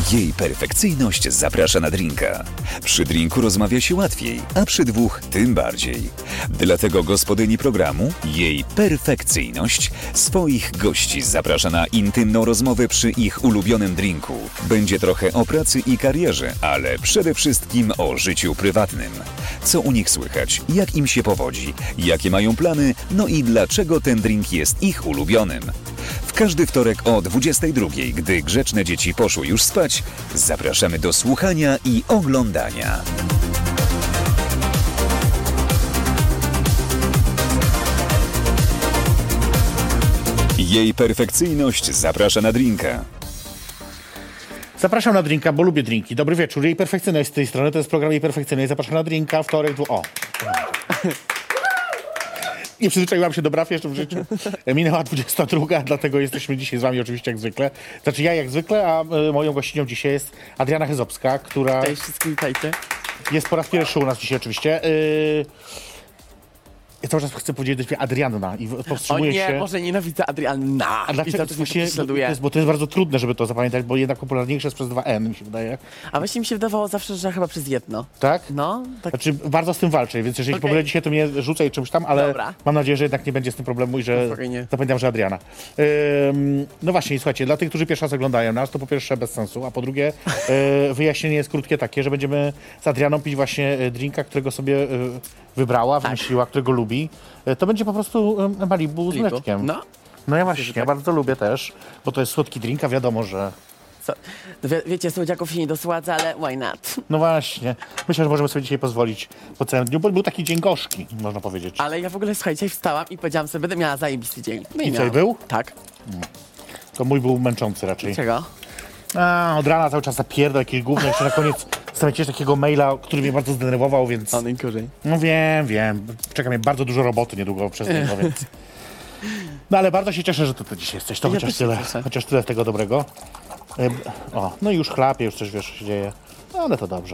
Jej perfekcyjność zaprasza na drinka. Przy drinku rozmawia się łatwiej, a przy dwóch tym bardziej. Dlatego gospodyni programu, jej perfekcyjność, swoich gości zaprasza na intymną rozmowę przy ich ulubionym drinku. Będzie trochę o pracy i karierze, ale przede wszystkim o życiu prywatnym. Co u nich słychać, jak im się powodzi, jakie mają plany, no i dlaczego ten drink jest ich ulubionym. W każdy wtorek o 22:00, gdy grzeczne dzieci poszły już spać, zapraszamy do słuchania i oglądania. Jej perfekcyjność zaprasza na drinka. Zapraszam na drinka, bo lubię drinki. Dobry wieczór. Jej perfekcyjność z tej strony, to jest program Jej perfekcyjność. Zapraszam na drinka, wtorek, o. Nie przyzwyczaiłam się do braw jeszcze w życiu. Minęła 22:00, dlatego jesteśmy dzisiaj z wami oczywiście jak zwykle. Znaczy ja jak zwykle, a moją gościnią dzisiaj jest Adriana Chyzowska, która Cześć wszystkim, witajcie. jest po raz pierwszy u nas dzisiaj oczywiście. Ja cały czas chcę powiedzieć Adrianna i O powstrzymuję nie, się. może nienawidzę Adrianna. A dlaczego? I to właśnie prześladuje. Bo to jest bardzo trudne, żeby to zapamiętać, bo jednak popularniejsze jest przez 2N, mi się wydaje. A właśnie mi się wydawało zawsze, że chyba przez jedno. Tak? No, tak. Znaczy, bardzo z tym walczę, więc jeżeli Okej. w ogóle dzisiaj to mnie rzucaj czymś tam, ale Dobra. mam nadzieję, że jednak nie będzie z tym problemu i że Spokojnie. zapamiętam, że Adriana. No właśnie, słuchajcie, dla tych, którzy pierwszy raz oglądają nas, to po pierwsze bez sensu, a po drugie wyjaśnienie jest krótkie takie, że będziemy z Adrianą pić właśnie drinka, którego sobie wybrała, wymyśliła, którego lubi. To będzie po prostu Malibu z mleczkiem. No ja właśnie, ja bardzo lubię też, bo to jest słodki drink, a wiadomo, że... Co? No wiecie, słodziaków się nie dosładza, ale why not? No właśnie, myślę, że możemy sobie dzisiaj pozwolić po całym dniu, bo był taki dzień gorzki, można powiedzieć. Ale ja w ogóle, słuchajcie, wstałam i powiedziałam sobie, będę miała zajebisty dzień. No I co, miałam. i był? Tak. To mój był męczący raczej. Czego? Od rana cały czas zapierdol jakieś gówno, jeszcze na koniec dostałem jakiegoś takiego maila, który mnie bardzo zdenerwował, więc... O, najgorzej. No wiem. Czeka mnie bardzo dużo roboty niedługo przez niego, więc... No ale bardzo się cieszę, że ty dzisiaj jesteś. To Ja chociaż też się tyle. cieszę. Chociaż tyle tego dobrego. No i już chlapie, już coś wiesz, co się dzieje. No ale to dobrze.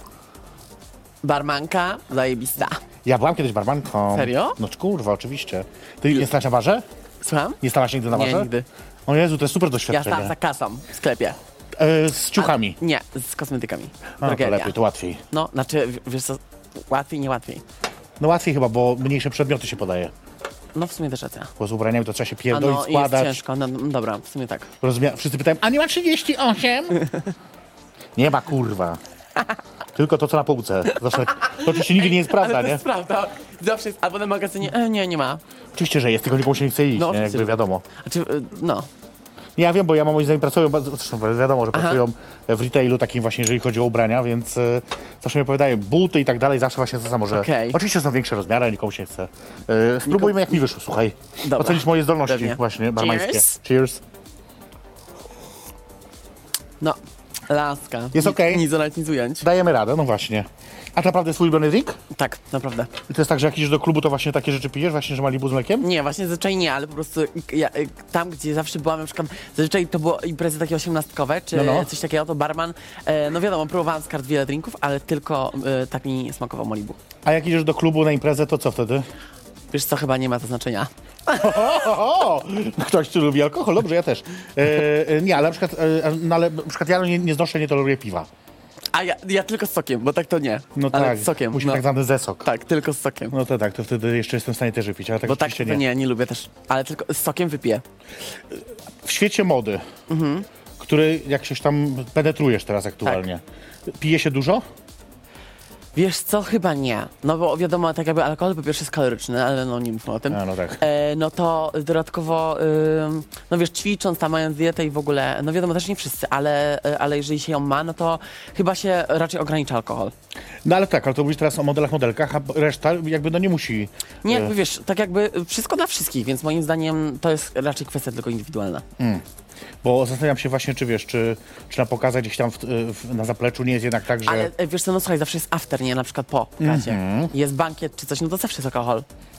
Barmanka, zajebista. Ja byłam kiedyś barmanką. Serio? No kurwa, oczywiście. Ty nie stałaś na barze? Słucham? Nie stałaś nigdy na barze? Nie, nigdy. O Jezu, to jest super Ja doświadczenie. stałam za kasą w sklepie. Z ciuchami. Nie, z kosmetykami. No, to Drogeria. lepiej, to łatwiej. No, znaczy, wiesz co, łatwiej, nie łatwiej. No łatwiej chyba, bo mniejsze przedmioty się podaje. No w sumie też racja. Bo z ubraniami to trzeba się A pierdolić, no, jest składać. ciężko, no, dobra, w sumie tak. Wszyscy pytają, a nie ma 38? Nie ma, kurwa. Tylko to, co na półce. Zawsze, to oczywiście nigdy nie jest prawda, Ale to nie? jest prawda. Zawsze jest albo na magazynie, nie ma. Oczywiście, że jest, tylko nikomu się nie chce iść, No, nie? oczywiście, Jakby że- wiadomo. Znaczy, no. Ja wiem, bo ja mam moi znajomi pracują, zresztą wiadomo, że pracują w retailu takim właśnie, jeżeli chodzi o ubrania, więc zawsze mi opowiadają buty i tak dalej, zawsze właśnie to samo, że Okej. oczywiście są większe rozmiary, nikomu się nie chce. Spróbujmy, jak mi wyszło, słuchaj. Dobra. Ocenić moje zdolności Pewnie. właśnie barmańskie. Cheers. Cheers. No, laska. Jest okej. Nic nawet nic ująć. Dajemy radę, no właśnie. A to naprawdę jest twój ulubiony drink? Tak, naprawdę. I to jest tak, że jak idziesz do klubu, to właśnie takie rzeczy pijesz, właśnie, że Malibu z mlekiem? Nie, właśnie zazwyczaj nie, ale po prostu ja, tam, gdzie zawsze byłam, na przykład zazwyczaj to było imprezy takie 18-kowe, czy No. coś takiego, to barman, no wiadomo, próbowałam z kart wiele drinków, ale tylko tak mi smakował Malibu. A jak idziesz do klubu na imprezę, to co wtedy? Wiesz co, chyba nie ma to znaczenia. Ktoś, kto lubi alkohol? Dobrze, ja też. Nie, ale na przykład, na przykład ja nie znoszę, nie toleruję piwa. A ja tylko z sokiem, bo tak to nie. No ale tak, z sokiem. musi No. tak zwany zesok. Tak, tylko z sokiem. No to tak, to wtedy jeszcze jestem w stanie też wypić, ale tak Bo tak oczywiście to nie. nie lubię też, ale tylko z sokiem wypiję. W świecie mody, który jak się tam penetrujesz teraz aktualnie, pije się dużo? Wiesz co, chyba nie. No bo wiadomo, tak jakby alkohol po pierwsze jest kaloryczny, ale no nie mówmy o tym. A, no tak. No to dodatkowo, no wiesz, ćwicząc, tam mając dietę i w ogóle, no wiadomo, też nie wszyscy, ale jeżeli się ją ma, no to chyba się raczej ogranicza alkohol. No ale tak, ale to mówisz teraz o modelach, modelkach, a reszta jakby no nie musi. Nie, jakby wiesz, tak jakby wszystko dla wszystkich, więc moim zdaniem to jest raczej kwestia tylko indywidualna. Bo zastanawiam się właśnie, czy wiesz, czy na pokazach gdzieś tam na zapleczu nie jest jednak tak, że... Ale wiesz co, no słuchaj, zawsze jest after, nie? Na przykład po pokazie. Jest bankiet czy coś, no to zawsze jest alkohol.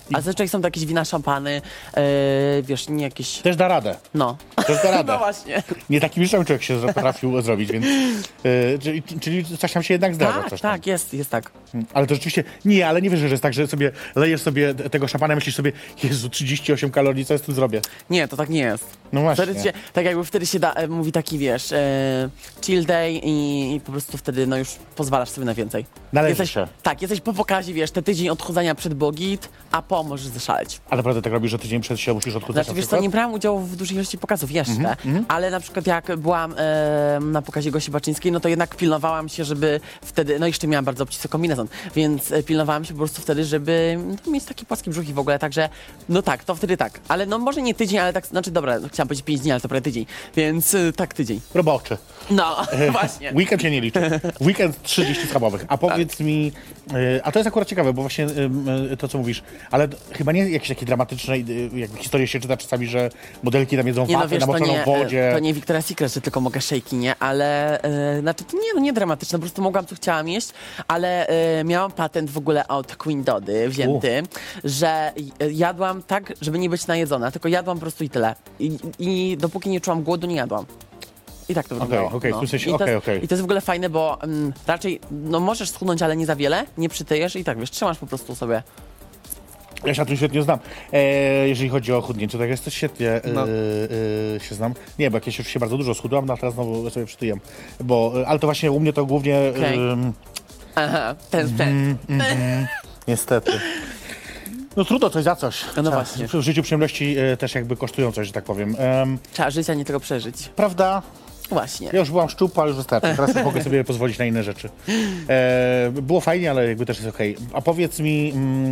Ale zazwyczaj są to jakieś wina, szampany, wiesz, nie jakieś... Też da radę. No. Też da radę. No właśnie. Nie taki mieszany człowiek się potrafił zrobić, więc... czyli coś tam się jednak zdarza. Tak, coś tam. tak, jest tak. Ale to rzeczywiście... Nie, ale nie wiesz, że jest tak, że sobie lejesz sobie tego szampana, myślisz sobie, Jezu, 38 kalorii, co ja z tym zrobię? Nie, to tak nie jest. No właśnie. Wtedy tak jakby wtedy się mówi taki, wiesz, chill day i po prostu wtedy no już pozwalasz sobie na więcej. Należy się. Tak, jesteś po pokazie, wiesz, te tydzień odchudzania przed bogit, a po możesz zaszaleć. A naprawdę tak robisz, że tydzień przed się musisz odchudzać? Znaczy, wiesz co, nie brałam udziału w dużej ilości pokazów jeszcze, ale na przykład jak byłam na pokazie Gosi Baczyńskiej, no to jednak pilnowałam się, żeby wtedy, no jeszcze miałam bardzo obcisły kombinezon, więc pilnowałam się po prostu wtedy, żeby no, mieć taki płaski brzuch i w ogóle, także no tak, to wtedy tak, ale no może nie tydzień, ale tak, znaczy dobra, chciałam powiedzieć 5 dni, ale to prawie tydzień, więc tak tydzień. Roboczy. No, właśnie. Weekend się nie liczy. Weekend 30 schabowych. A powiedz mi, a to jest akurat ciekawe, bo właśnie to, co mówisz, ale chyba nie jakieś takie dramatyczne jakby historie się czyta czasami, że modelki tam jedzą Nie, no watę wiesz, to namoczoną w wodzie. to nie Victoria's Secret, że tylko mogę szejki, nie? Ale, znaczy to nie dramatyczne, po prostu mogłam, co chciałam jeść, ale miałam patent w ogóle od Queen Dody wzięty, że jadłam tak, żeby nie być najedzona, tylko jadłam po prostu i tyle. I dopóki nie czułam głodu, nie jadłam. I tak to wyglądało. Okej, no. w tym sensie, I to jest- okej. I to jest w ogóle fajne, bo raczej, no możesz schudnąć, ale nie za wiele, nie przytyjesz i tak, wiesz, trzymasz po prostu sobie. Ja się na tym świetnie znam. Jeżeli chodzi o chudnięcie, tak jest to świetnie się znam. Nie, bo jak ja się oczywiście bardzo dużo schudłam, no a teraz znowu sobie przytyję. Ale to właśnie u mnie to głównie... Okej. Aha, ten. Niestety. No trudno, coś za coś. No właśnie. W życiu przyjemności też jakby kosztują coś, że tak powiem. Trzeba żyć, a nie tylko przeżyć. Prawda? Właśnie. Ja już byłam szczupła, ale już wystarczy. Teraz już mogę sobie pozwolić na inne rzeczy. Było fajnie, ale jakby też jest okej. A powiedz mi,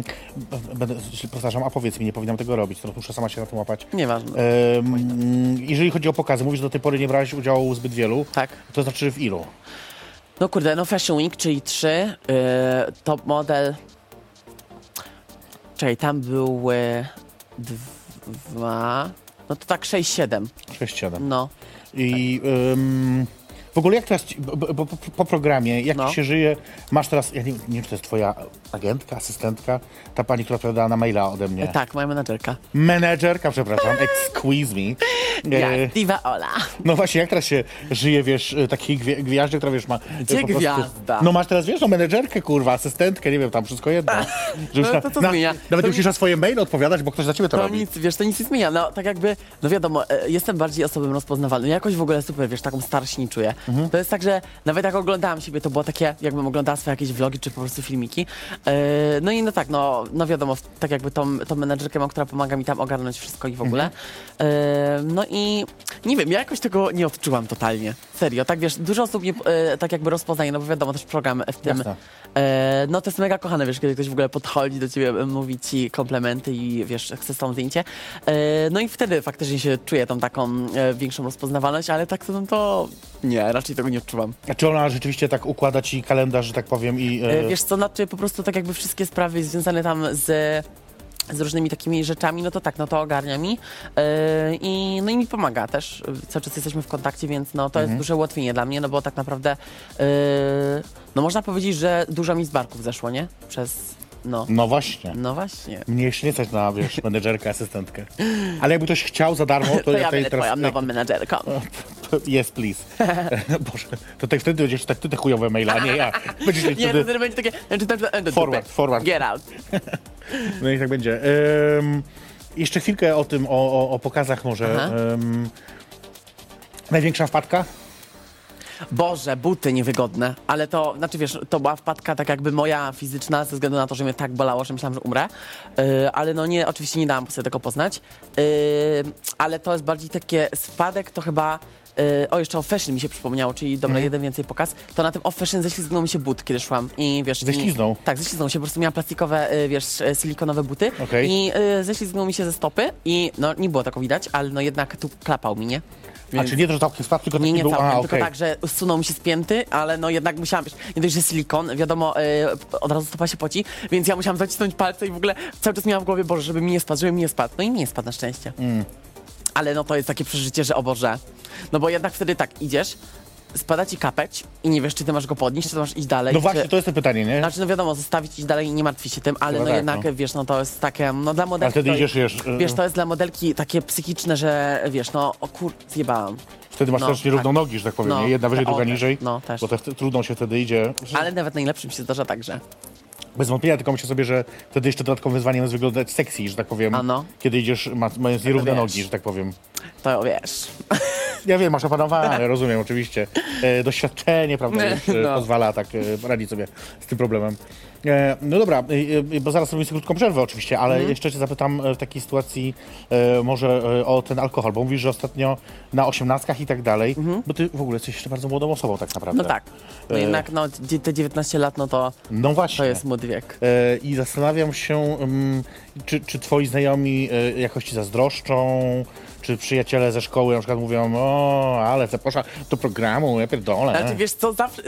powtarzam, nie powinnam tego robić, to muszę sama się na tym łapać. Nieważne. Jeżeli chodzi o pokazy, mówisz, że do tej pory nie brałeś udziału w zbyt wielu. Tak. To znaczy w ilu? No kurde, no Fashion Week, czyli 3, top model. Czekaj, tam były 2, no to tak 6-7, 6-7. no. I w ogóle jak teraz, po programie, jak No. ci się żyje, masz teraz, ja nie wiem, czy to jest twoja agentka, asystentka, ta pani, która odpowiadała na maila ode mnie. Tak, moja menadżerka. Menedżerka, przepraszam, excuse me. Ja, Diva Ola. No właśnie, jak teraz się żyje, wiesz, takiej gwiazdzie, która, wiesz, ma... Gdzie po prostu- gwiazda? No masz teraz, wiesz, no menedżerkę, kurwa, asystentkę, nie wiem, tam wszystko jedno. Że już No to co zmienia? Nawet To musisz na swoje maile odpowiadać, bo ktoś za ciebie to To robi. nic, wiesz, to nic nie zmienia. No tak jakby, no wiadomo, jestem bardziej osobą rozpoznawalną. Jakoś w ogóle super, wiesz, taką starszni czuję. To jest tak, że nawet jak oglądałam siebie, to było takie, jakbym oglądała swoje jakieś vlogi, czy po prostu filmiki. No i no tak, no wiadomo, tak jakby tą menedżerkę mam, która pomaga mi tam ogarnąć wszystko i w ogóle. No i nie wiem, ja jakoś tego nie odczułam totalnie. Serio, tak wiesz, dużo osób mnie tak jakby rozpoznaje, no bo wiadomo, też program w tym. Jasne. No to jest mega kochane, wiesz, kiedy ktoś w ogóle podchodzi do ciebie, mówi ci komplementy i wiesz, chce z tą zdjęcie. No i wtedy faktycznie się czuję tą taką większą rozpoznawalność, ale tak to nie, raczej tego nie odczuwam. A czy ona rzeczywiście tak układa ci kalendarz, że tak powiem i... Wiesz co, znaczy po prostu tak jakby wszystkie sprawy związane tam z różnymi takimi rzeczami, no to tak, no to ogarnia mi no i mi pomaga też. Cały czas jesteśmy w kontakcie, więc no to jest duże ułatwienie dla mnie, no bo tak naprawdę no można powiedzieć, że dużo mi z barków zeszło, nie? No właśnie. No właśnie. Mnie jeszcze nie stać na, wiesz, menedżerkę, asystentkę. Ale jakby ktoś chciał za darmo, to, To ja tej będę twoją nową menadżerką. Yes, please. Boże, to tak wtedy będziesz tak ty te chujowe maile, a nie ja. Będziesz mieć Nie, to wtedy... wtedy będzie takie, znaczy tam do Forward, dupy. forward. Get out. No i tak będzie. Jeszcze chwilkę o tym, o pokazach może. Aha. Największa wpadka? Boże, buty niewygodne, ale to, znaczy wiesz, to była wpadka tak jakby moja fizyczna, ze względu na to, że mnie tak bolało, że myślałam, że umrę, ale no nie, oczywiście nie dałam sobie tego poznać, ale to jest bardziej takie spadek, to chyba, jeszcze o fashion mi się przypomniało, czyli dobra, jeden więcej pokaz, to na tym off fashion ześlizgnął mi się but, kiedy szłam i wiesz... Ześliznął? Tak, ześliznął się, po prostu miałam plastikowe, wiesz, silikonowe buty Okej. i ześlizgnął mi się ze stopy i no nie było tak widać, ale no jednak tu klapał mi, nie? A czy nie to, że całkiem spadł, tylko Nie, taki nie był... całkiem, Aha, tylko okej. tak, że zsunął mi się z pięty, ale no jednak musiałam, wiesz, nie dość, że silikon, wiadomo, od razu stopa się poci, więc ja musiałam zacisnąć palce i w ogóle cały czas miałam w głowie, Boże, żeby mi nie spadł. No i mi nie spadł na szczęście. Ale no to jest takie przeżycie, że o Boże. No bo jednak wtedy tak idziesz spada ci kapeć i nie wiesz, czy ty masz go podnieść, czy ty masz iść dalej. No właśnie, czy... to jest to pytanie, nie? Znaczy, no wiadomo, zostawić iść dalej i nie martwić się tym, ale Chyba no tak, jednak, no. wiesz, no to jest takie, no dla modelki... A wtedy to, idziesz, wiesz, to jest dla modelki takie psychiczne, że wiesz, no o kur... zjebałam. Wtedy masz No, też nierówną tak. nogi, że tak powiem, No, nie? Jedna wyżej, o, druga też. niżej, No, też. bo trudno się wtedy idzie. Ale nawet najlepszym się zdarza także. Bez wątpienia, tylko myślę sobie, że wtedy jeszcze dodatkowym wyzwaniem jest wyglądać sexy, że tak powiem, A no. kiedy idziesz mając nierówne wiesz. nogi, że tak powiem. To wiesz. Ja wiem, masz opanowane, rozumiem oczywiście. Doświadczenie, prawda, już No. pozwala tak radzić sobie z tym problemem. No dobra, bo zaraz robimy sobie krótką przerwę oczywiście, ale jeszcze cię zapytam w takiej sytuacji może o ten alkohol, bo mówisz, że ostatnio na 18 i tak dalej, bo ty w ogóle jesteś jeszcze bardzo młodą osobą tak naprawdę. No tak. No jednak, no te 19 lat, no to, No właśnie. to jest młody wiek. I zastanawiam się, czy twoi znajomi jakoś ci zazdroszczą, czy przyjaciele ze szkoły na przykład mówią, o, ale te poszła do programu, ja pierdolę. Znaczy, wiesz co, zawsze,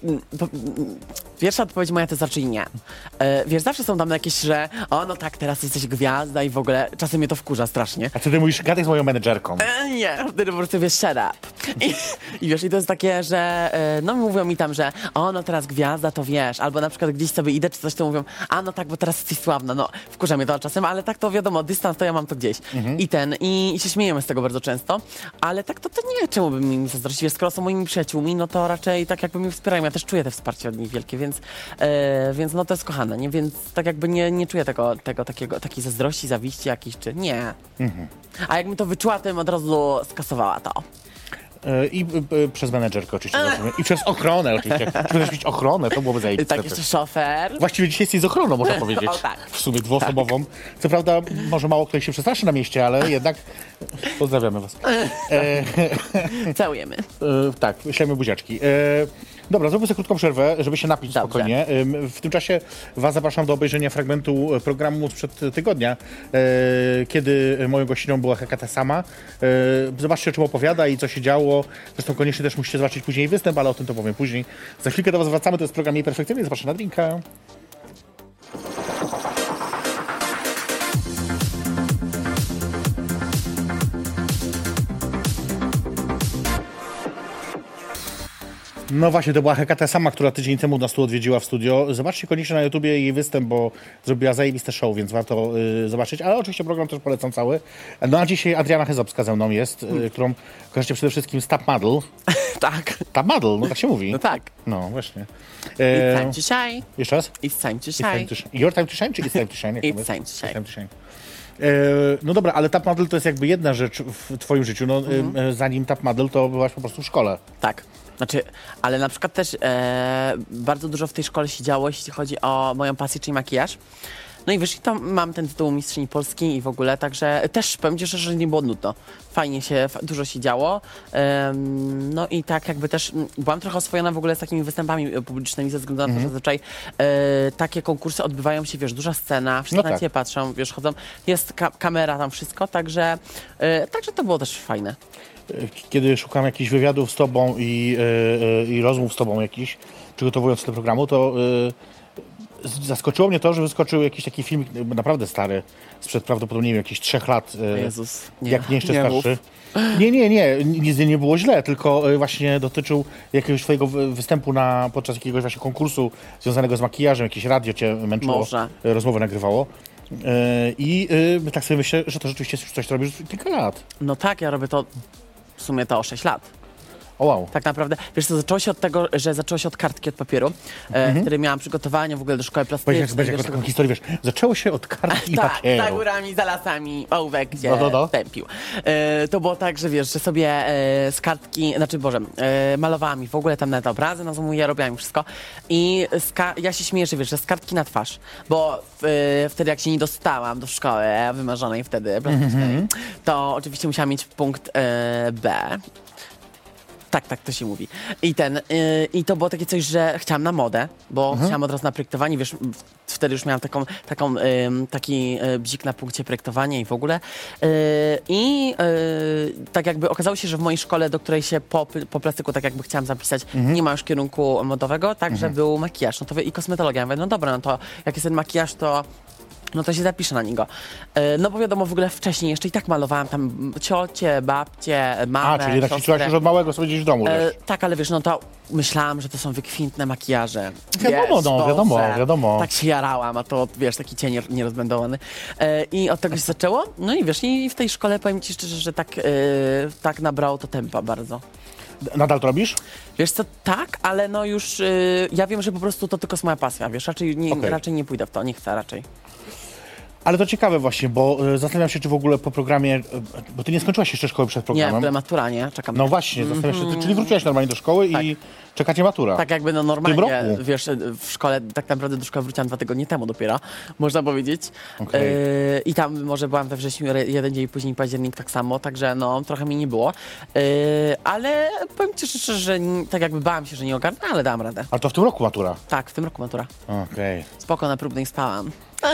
pierwsza odpowiedź moja to jest raczej nie. Wiesz, zawsze są tam jakieś, że o, no tak, teraz jesteś gwiazda i w ogóle czasem mnie to wkurza strasznie. A ty mówisz, gadaj z moją menedżerką. Nie, wtedy po prostu wiesz, shut up. I wiesz, i to jest takie, że no mówią mi tam, że o, no teraz gwiazda, to wiesz, albo na przykład gdzieś sobie idę czy coś, to mówią, a no tak, bo teraz jesteś sławna, no wkurza mnie to czasem, ale tak to wiadomo, dystans to ja mam to gdzieś. I się śmiejemy z tego bardzo często, ale tak to nie wiem, czemu by mi zazdrościć, wiesz, skoro są moimi przyjaciółmi, no to raczej tak jakby mnie wspierają, ja też czuję te wsparcie od nich wielkie, więc no to jest kochane, nie? Więc tak jakby nie czuję takiej zazdrości, zawiści jakiejś, czy nie. A jakbym to wyczuła, to bym od razu skasowała to. I przez menedżerkę oczywiście. Rozumiem. I przez ochronę oczywiście. Czy mieć ochronę, to byłoby I zajebiste. tak jeszcze szofer. Właściwie dzisiaj jesteś z ochroną, można powiedzieć. O, tak. W sumie dwuosobową. Co prawda, może mało ktoś się przestraszy na mieście, ale jednak pozdrawiamy was. Całujemy. Tak, ślemy buziaczki. Dobra, zrobię sobie krótką przerwę, żeby się napić Dobrze. spokojnie. W tym czasie was zapraszam do obejrzenia fragmentu programu sprzed tygodnia, kiedy moją gościnią była Hekata sama. Zobaczcie, o czym opowiada i co się działo. Zresztą koniecznie też musicie zobaczyć później występ, ale o tym to powiem później. Za chwilkę do was wracamy, to jest program Jej Perfekcyjny. Zapraszam na drinka. No właśnie, to była Hekata sama, która tydzień temu nas tu odwiedziła w studio. Zobaczcie koniecznie na YouTubie jej występ, bo zrobiła zajebiste show, więc warto zobaczyć. Ale oczywiście program też polecam cały. No a dzisiaj Adriana Chyzowska ze mną jest, którą kojarzycie przede wszystkim z Top Model. Tak. Top Model, no tak się mówi. No tak. No właśnie. It's time to shine. Jeszcze raz? It's time to It's time shine. to shine. Your time to shine, czy it's time to shine? Jak It's to time to shine. It's time to shine. No dobra, ale Top Model to jest jakby jedna rzecz w twoim życiu. No, zanim Top Model, to byłaś po prostu w szkole. Tak. Znaczy, ale na przykład też bardzo dużo w tej szkole się działo, jeśli chodzi o moją pasję, czyli makijaż. No i wiesz, i tam mam ten tytuł mistrzyni Polski i w ogóle, także też powiem ci szczerze, że nie było nudno. Fajnie się, dużo się działo. No i tak jakby też byłam trochę oswojona w ogóle z takimi występami publicznymi ze względu na to, że zazwyczaj takie konkursy odbywają się, wiesz, duża scena, wszyscy No na tak. ciebie patrzą, wiesz, chodzą, jest kamera, tam wszystko, także to było też fajne. Kiedy szukam jakichś wywiadów z tobą i rozmów z tobą jakichś, przygotowując się do programu, to zaskoczyło mnie to, że wyskoczył jakiś taki filmik naprawdę stary, sprzed prawdopodobnie nie wiem, jakieś 3 lat. Jezus, nie. Jak nie jeszcze Nie starszy. Nie, nic nie było źle, tylko właśnie dotyczył jakiegoś twojego występu podczas jakiegoś właśnie konkursu związanego z makijażem, jakieś radio cię męczyło, Może. rozmowę nagrywało. I tak sobie myślę, że to rzeczywiście jest już coś, co robisz kilka lat. No tak, ja robię to w sumie to o 6 lat. O wow. Tak naprawdę, wiesz co, zaczęło się od tego, że zaczęło się od kartki od papieru, wtedy miałam przygotowanie w ogóle do szkoły plastycznej. Będzie jak taką historię, wiesz, zaczęło się od kartki i Tak, papieru. za górami, za lasami, ołówek, gdzie No. tępił. To było tak, że wiesz, że sobie z kartki, malowałam i w ogóle tam nawet obrazy na Zoomu, ja robiłam wszystko. I ja się śmieję, że wiesz, że z kartki na twarz, bo wtedy jak się nie dostałam do szkoły wymarzonej wtedy plastycznej, to oczywiście musiałam mieć punkt B. Tak, to się mówi. I to było takie coś, że chciałam na modę, bo chciałam od razu na projektowanie, wiesz, wtedy już miałam taki bzik na punkcie projektowania i w ogóle. Tak jakby okazało się, że w mojej szkole, do której się po plastyku tak jakby chciałam zapisać, nie ma już kierunku modowego, także był makijaż, no to i kosmetologia. Ja mówię, no dobra, no to jak jest ten makijaż, to no to się zapiszę na niego. No bo wiadomo, w ogóle wcześniej jeszcze i tak malowałam tam ciocie, babcie, mamę, czyli jednak siostrę. ćwiczyłaś już od małego sobie gdzieś w domu. wiesz. Tak, ale wiesz, no to myślałam, że to są wykwintne makijaże. Wiadomo, Wiesz, no, to, wiadomo, że wiadomo. Tak się jarałam, a to, wiesz, taki cień nierozbędowany. I od tego się zaczęło. No i wiesz, i w tej szkole powiem ci szczerze, że tak nabrało to tempa bardzo. Nadal to robisz? Wiesz co, tak, ale no już ja wiem, że po prostu to tylko jest moja pasja, wiesz, Okej. raczej nie pójdę w to, nie chcę raczej. Ale to ciekawe właśnie, bo zastanawiam się, czy w ogóle po programie, bo ty nie skończyłaś jeszcze szkoły przed Nie, w programem. ogóle matura, nie? Czekam. No właśnie, zastanawiam się, czyli wróciłaś normalnie do szkoły i czekacie matura. Tak jakby no normalnie, roku? wiesz, w szkole, tak naprawdę do szkoły wróciłam 2 tygodnie temu dopiero, można powiedzieć. Okej. I tam może byłam we wrześniu, jeden dzień później październik tak samo, także no trochę mi nie było. Ale powiem ci szczerze, że tak jakby bałam się, że nie ogarnę, ale dałam radę. Ale to w tym roku matura. Tak, w tym roku matura. Okej. Spoko, na próbnej spałam.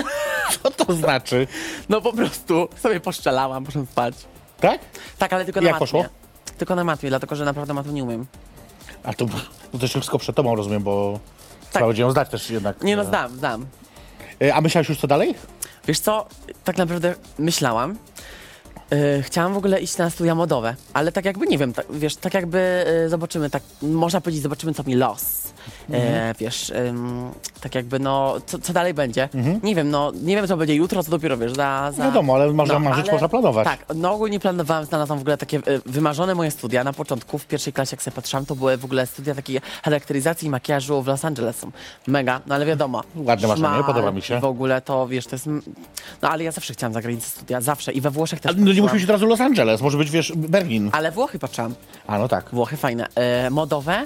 Co to znaczy? No po prostu sobie poszczelałam, poszłam spać. Tak? Tak, ale tylko I na jak matmie. poszło? Tylko na matmie, dlatego że naprawdę matmy nie umiem. A to wszystko przed tobą, rozumiem, bo trzeba będzie ją zdać też jednak. Nie no, zdam. A myślałeś już co dalej? Wiesz co, tak naprawdę myślałam. Chciałam w ogóle iść na studia modowe, ale tak jakby, nie wiem, tak, wiesz, tak jakby zobaczymy, tak można powiedzieć, zobaczymy co mi los. Wiesz, tak jakby no, co dalej będzie. Nie wiem, no, nie wiem co będzie jutro, co dopiero, wiesz, za... Wiadomo, ale można marzyć, ale- można planować. Tak, no ogólnie planowałam, znalazłam w ogóle takie wymarzone moje studia na początku, w pierwszej klasie, jak sobie patrzyłam, to były w ogóle studia takiej charakteryzacji i makijażu w Los Angeles. Mega, no ale wiadomo. Ładne marzenie, szmal podoba mi się. W ogóle to, wiesz, to jest... No ale ja zawsze chciałam za granicę studia, zawsze i we Włoszech też Ale no nie patrzyłam. musi być od razu Los Angeles, może być, wiesz, Berlin. Ale Włochy patrzyłam. A no tak. Włochy fajne, modowe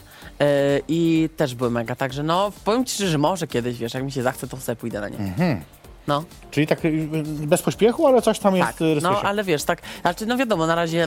i też były mega, także no powiem ci szczerze, że może kiedyś, wiesz, jak mi się zachce, to sobie pójdę na nie. No, Czyli tak bez pośpiechu, ale coś tam jest tak, rysuje no się. ale wiesz, tak, znaczy no wiadomo, na razie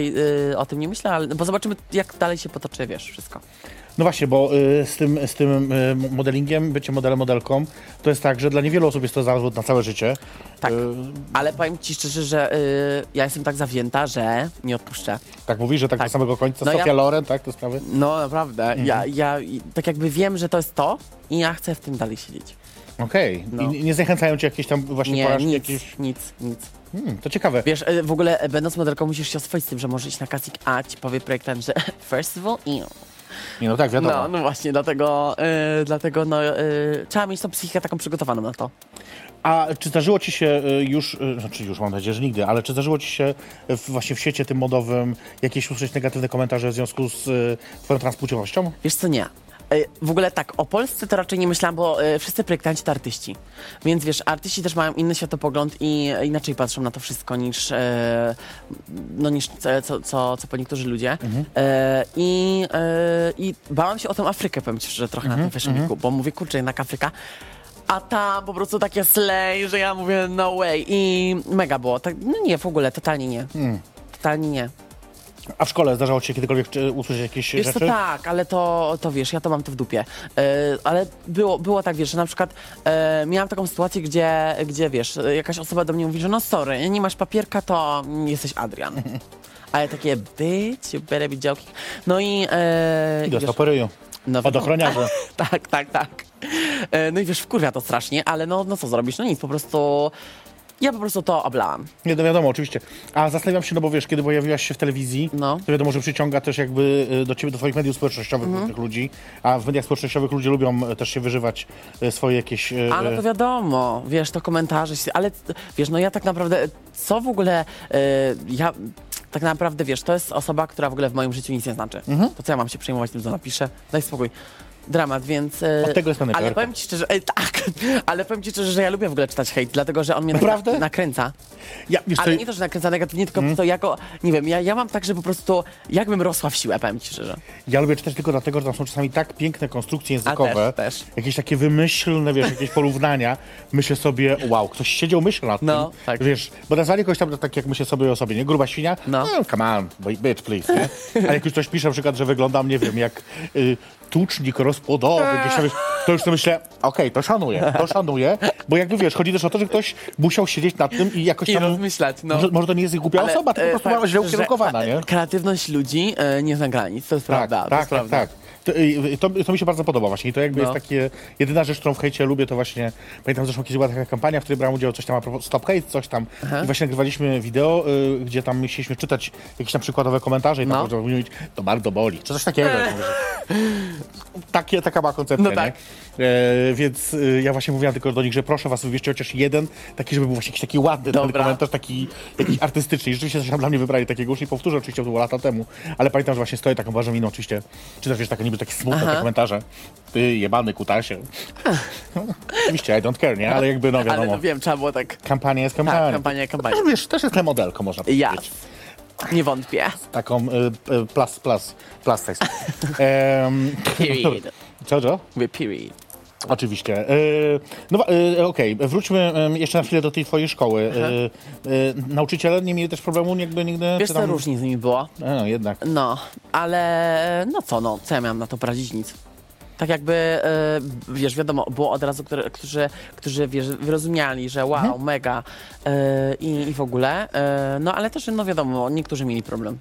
o tym nie myślę, ale, bo zobaczymy jak dalej się potoczy, wiesz, wszystko. No właśnie, bo z tym modelingiem, bycie modelem, modelką, to jest tak, że dla niewielu osób jest to zawód na całe życie. Tak, ale powiem ci szczerze, że ja jestem tak zawzięta, że nie odpuszczę. Tak mówisz, że tak, Tak. do samego końca. No Sofia ja- Loren, tak, te sprawy? No naprawdę, ja tak jakby wiem, że to jest to i ja chcę w tym dalej siedzieć. Okej. No. I nie zachęcają cię jakieś tam właśnie Nie, porażki? nic, Jakieś... nic. To ciekawe. Wiesz, w ogóle będąc modelką musisz się oswoić z tym, że możesz iść na casting, a ci powie projektant, że first of all, Nie, no tak, wiadomo. no właśnie, dlatego trzeba mieć tą psychikę taką przygotowaną na to. A czy zdarzyło ci się już mam nadzieję, że nigdy, ale czy zdarzyło ci się właśnie w świecie tym modowym jakieś usłyszeć negatywne komentarze w związku z twoją transpłciowością? Wiesz co, nie. W ogóle tak, o Polsce to raczej nie myślałam, bo wszyscy projektanci to artyści. Więc wiesz, artyści też mają inny światopogląd i inaczej patrzą na to wszystko niż co po niektórzy ludzie. I bałam się o tą Afrykę, powiem ci szczerze, trochę na tym Fashion Weeku, bo mówię, kurczę, jednak Afryka. A tam po prostu takie slay, że ja mówię no way. I mega było. Tak, no nie, w ogóle, totalnie nie. Totalnie nie. A w szkole zdarzało ci się kiedykolwiek usłyszeć jakieś Wiesz rzeczy? co, tak, ale to wiesz, ja to mam to w dupie. Ale było tak, wiesz, że na przykład miałam taką sytuację, gdzie wiesz, jakaś osoba do mnie mówi, że no sorry, nie masz papierka, to jesteś Adrian. A ja takie, bitch, you better be joking. No i... I dostał wiesz, po ryju. no, Od ochroniarza. tak. No i wiesz, wkurwia to strasznie, ale no co zrobisz? No nic, ja po prostu to oblałam. Nie, no wiadomo, oczywiście. A zastanawiam się, no bo wiesz, kiedy pojawiłaś się w telewizji, No. to wiadomo, że przyciąga też jakby do ciebie, do twoich mediów społecznościowych tych ludzi, a w mediach społecznościowych ludzie lubią też się wyżywać swoje jakieś... Ale to wiadomo, wiesz, to komentarze, ale wiesz, no ja tak naprawdę, co w ogóle, ja tak naprawdę, wiesz, to jest osoba, która w ogóle w moim życiu nic nie znaczy. To co ja mam się przejmować tym, co napiszę? Daj spokój. Dramat, więc... Od tego jest ale Panewka. powiem ci szczerze, tak, ale powiem ci szczerze, że ja lubię w ogóle czytać hejt, dlatego, że on mnie Naprawdę? nakręca. Ja, wiesz, Ale co, nie to, że nakręca negatywnie, tylko to jako, nie wiem, ja mam tak, że po prostu jakbym rosła w siłę, powiem ci szczerze. ja lubię czytać tylko dlatego, że tam są czasami tak piękne konstrukcje językowe, też. jakieś takie wymyślne, wiesz, jakieś porównania. Myślę sobie, wow, ktoś siedział, myślał nad No, tym. tak. Wiesz, bo nazwanie kogoś tam tak jak myślę sobie o sobie, nie? Gruba świnia? No. Come on, bitch, please, nie? Ale jak już ktoś pisze na przykład, że wyglądam, nie wiem, jak tłucznik gospodowy, gdzieś tam, wiesz, to już sobie myślę, okej, to szanuję, bo jakby wiesz, chodzi też o to, że ktoś musiał siedzieć nad tym i jakoś I tam... rozmyślać, no. Może to nie jest głupia osoba, tylko po prostu była źle ukierunkowana, nie? Kreatywność ludzi nie zna granic, to jest prawda. To Tak, jest tak, prawda. tak. To mi się bardzo podoba właśnie i to jakby jest takie, jedyna rzecz, którą w hejcie lubię, to właśnie, pamiętam zresztą kiedyś była taka kampania, w której brałem udział, coś tam a propos Stop Hate, coś tam i właśnie nagrywaliśmy wideo, gdzie tam musieliśmy czytać jakieś tam przykładowe komentarze i tam można mówić, to bardzo boli, czy coś takiego. Taka była koncepcja, No tak. nie? Więc ja właśnie mówiłem tylko do nich, że proszę was, wybierzcie chociaż jeden, taki, żeby był właśnie jakiś taki ładny ten komentarz, taki jakiś artystyczny. I rzeczywiście coś tam dla mnie wybrali takiego, już nie powtórzę, oczywiście to było lata temu, ale pamiętam, że właśnie stoję taką ważną miną oczywiście, czy też wiesz, takie niby takie smutne te komentarze. Ty jebany kutasie. Oczywiście, I don't care, nie? Ale jakby, no wiadomo. Ale no wiem, trzeba było tak... Kampania jest kampania. Tak, kampania. No, wiesz, też jest modelką, można powiedzieć. Nie wątpię. Taką plus tekst. Period. Co? Mówię period. Oczywiście. Okej, wróćmy jeszcze na chwilę do tej twojej szkoły. Nauczyciele nie mieli też problemu jakby nigdy? Wiesz, co różnie z nimi było? No, jednak. No, ale co ja miałam na to poradzić? Nic. Tak jakby, wiesz, wiadomo, było od razu, którzy wiesz, wyrozumiali, że wow, mega i w ogóle, no ale też, no wiadomo, niektórzy mieli problem.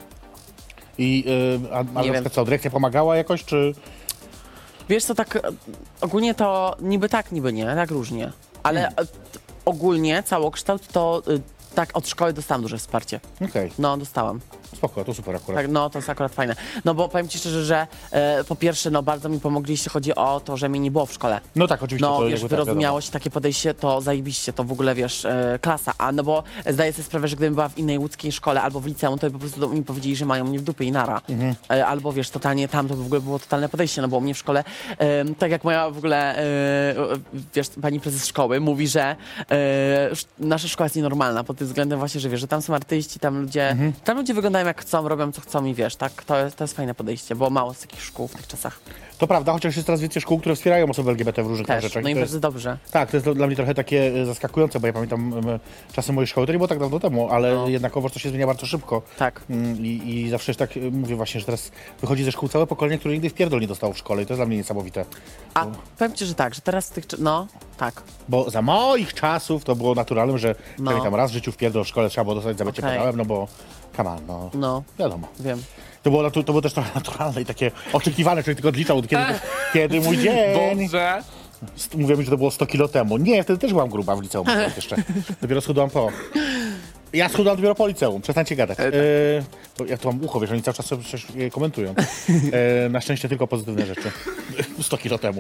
A na przykład co, dyrekcja pomagała jakoś, czy... Wiesz co, tak ogólnie to niby tak, niby nie, tak różnie, ale ogólnie całokształt to tak od szkoły dostałam duże wsparcie. Okej. No, dostałam. Spoko, to super akurat. Tak, no to jest akurat fajne. No bo powiem ci szczerze, że po pierwsze, no bardzo mi pomogli, jeśli chodzi o to, że mnie nie było w szkole. No tak, oczywiście. No to wiesz, wyrozumiałość, takie podejście, to zajebiście, to w ogóle wiesz, klasa. A no bo zdaję sobie sprawę, że gdybym była w innej łódzkiej szkole albo w liceum, to by po prostu mi powiedzieli, że mają mnie w dupie i nara. Albo wiesz, totalnie tam to by w ogóle było totalne podejście, no bo u mnie w szkole, tak jak moja w ogóle, wiesz, pani prezes szkoły mówi, że nasza szkoła jest nienormalna pod tym względem właśnie, że wiesz, że tam są artyści, tam ludzie wyglądają jak chcą, robią co chcą i wiesz, tak, to jest fajne podejście, bo mało z takich szkół w tych czasach. To prawda, chociaż jest coraz więcej szkół, które wspierają osoby LGBT w różnych Też, rzeczach. no i to bardzo dobrze. Tak, to jest dla mnie trochę takie zaskakujące, bo ja pamiętam czasy mojej szkoły, to nie było tak dawno temu, ale jednakowoż to się zmienia bardzo szybko. Tak. I zawsze tak mówię właśnie, że teraz wychodzi ze szkół całe pokolenie, które nigdy w pierdol nie dostało w szkole i to jest dla mnie niesamowite. A powiem ci, że tak, że teraz w tych... No, tak. Bo za moich czasów to było naturalnym, że No. pamiętam raz w życiu w pierdol w szkole trzeba było dostać za bycie Okej. pedałem, no bo come on, No, wiadomo. wiem. To było też trochę naturalne i takie oczekiwane, czyli tylko odliczał, kiedy mój dzień. Boże. Mówię mi, że to było 100 kilo temu. Nie, wtedy też byłam gruba w liceum jeszcze. Dopiero schudłam po. Ja schudłam dopiero po liceum, przestańcie gadać. Bo ja tu mam ucho, wiesz, oni cały czas sobie coś komentują. Na szczęście tylko pozytywne rzeczy. 100 kilo temu.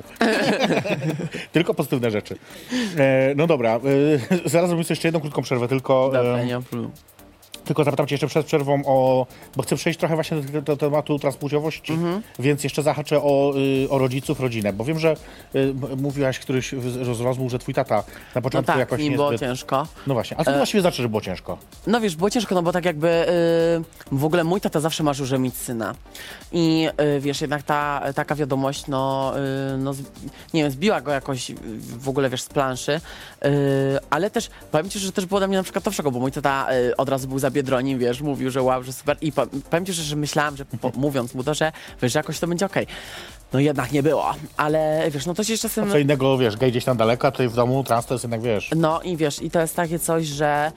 Tylko pozytywne rzeczy. No dobra, zaraz zrobimy sobie jeszcze jedną krótką przerwę, tylko... Dobra, nie mam problemu. Tylko zapytam cię jeszcze przed przerwą bo chcę przejść trochę właśnie do tematu transpłciowości, więc jeszcze zahaczę o rodziców, rodzinę, bo wiem, że mówiłaś któryś z rozmów, że twój tata na No początku tak, jakoś mi niezbyt... było ciężko. No właśnie, a co to właściwie znaczy, że było ciężko? No wiesz, było ciężko, no bo tak jakby w ogóle mój tata zawsze marzył, żeby mieć syna. I wiesz, jednak taka wiadomość, nie wiem, zbiła go jakoś w ogóle, wiesz, z planszy. Ale też, powiem ci, że też było dla mnie na przykład to w szoku, bo mój tata od razu był za Biedroniem, wiesz, mówił, że wow, że super. I powiem ci, że myślałam, że mówiąc mu to, że wiesz, że jakoś to będzie okej. No jednak nie było, ale wiesz, no to się czasem... Co innego, wiesz, gej gdzieś tam daleko, a tutaj w domu trans to jest jednak, wiesz... No i wiesz, i to jest takie coś, że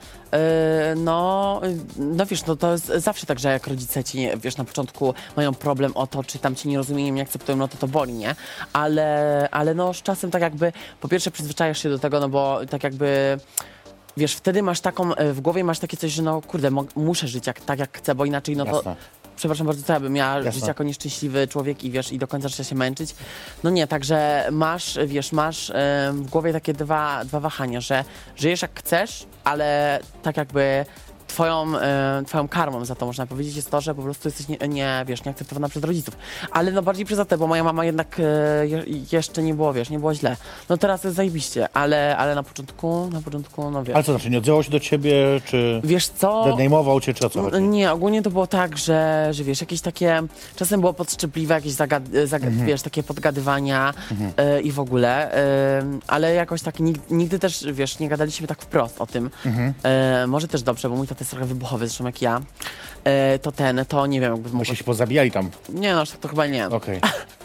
wiesz, no to jest zawsze tak, że jak rodzice ci, wiesz, na początku mają problem o to, czy tam cię nie rozumieją, nie akceptują, no to boli, nie? Ale no z czasem tak jakby, po pierwsze przyzwyczajasz się do tego, no bo tak jakby... Wiesz, wtedy masz taką, w głowie masz takie coś, że no kurde, muszę żyć tak jak chcę, bo inaczej no Jasne. to... Przepraszam bardzo, co ja bym miała Jasne. żyć jako nieszczęśliwy człowiek i wiesz, i do końca życia się męczyć. No nie, także masz w głowie takie dwa wahania, że żyjesz jak chcesz, ale tak jakby twoją karmą za to, można powiedzieć, jest to, że po prostu jesteś nieakceptowana przez rodziców. Ale no bardziej przez to, bo moja mama jednak jeszcze nie było, wiesz, nie było źle. No teraz jest zajebiście, ale na początku, no wiesz. Ale co znaczy, nie odzywał się do ciebie, czy Wiesz co? denejmował cię, czy o co chodzi? Nie, ogólnie to było tak, że wiesz, jakieś takie, czasem było podszczypliwe, jakieś wiesz, takie podgadywania i w ogóle, ale jakoś tak nigdy też, wiesz, nie gadaliśmy tak wprost o tym. Może też dobrze, bo mój tata jest trochę wybuchowy, zresztą jak ja. To nie wiem, jakby Bo się pozabijali tam. Nie, no, to chyba nie. Okej.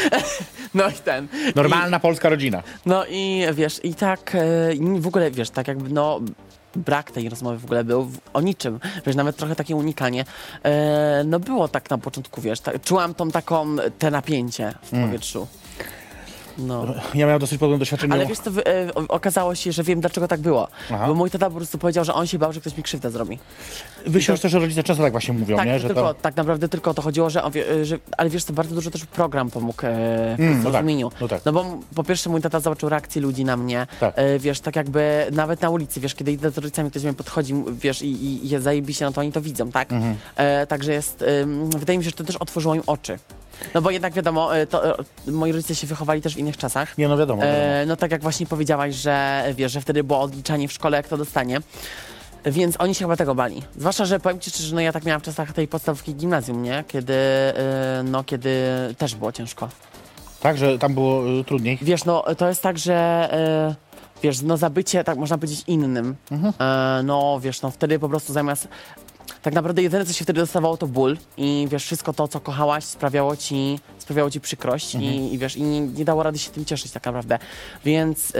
No i ten. Normalna polska rodzina. No i wiesz, i tak w ogóle, wiesz, tak jakby no brak tej rozmowy w ogóle był o niczym, wiesz, nawet trochę takie unikanie. No było tak na początku, wiesz, czułam te napięcie w powietrzu. No. Ja miałem dosyć podobne doświadczenie. Ale wiesz co, okazało się, że wiem dlaczego tak było. Aha. Bo mój tata po prostu powiedział, że on się bał, że ktoś mi krzywdę zrobi. Myślę, że rodzice często tak właśnie mówią, Tak, nie? Że tylko, tak naprawdę tylko o to chodziło, że, ale wiesz co, bardzo dużo też program pomógł w zrozumieniu. tak. No bo po pierwsze mój tata zobaczył reakcję ludzi na mnie, Tak. wiesz, tak jakby nawet na ulicy, wiesz, kiedy idę z rodzicami, ktoś mnie podchodzi, wiesz, i jest zajebiście, no to oni to widzą, tak? Także jest, wydaje mi się, że to też otworzyło im oczy. No bo jednak wiadomo, moi rodzice się wychowali też w innych czasach. Nie, no wiadomo. No tak jak właśnie powiedziałaś, że wiesz, że wtedy było odliczanie w szkole, jak to dostanie. Więc oni się chyba tego bali. Zwłaszcza, że powiem ci szczerze, no ja tak miałam w czasach tej podstawówki gimnazjum, nie? Kiedy też było ciężko. Tak, że tam było trudniej. Wiesz, no to jest tak, że wiesz, no za bycie, tak można powiedzieć, innym. No wiesz, no wtedy po prostu zamiast... Tak naprawdę jedyne, co się wtedy dostawało, to ból i wiesz, wszystko to, co kochałaś, sprawiało ci przykrość i wiesz, i nie dało rady się tym cieszyć tak naprawdę. Więc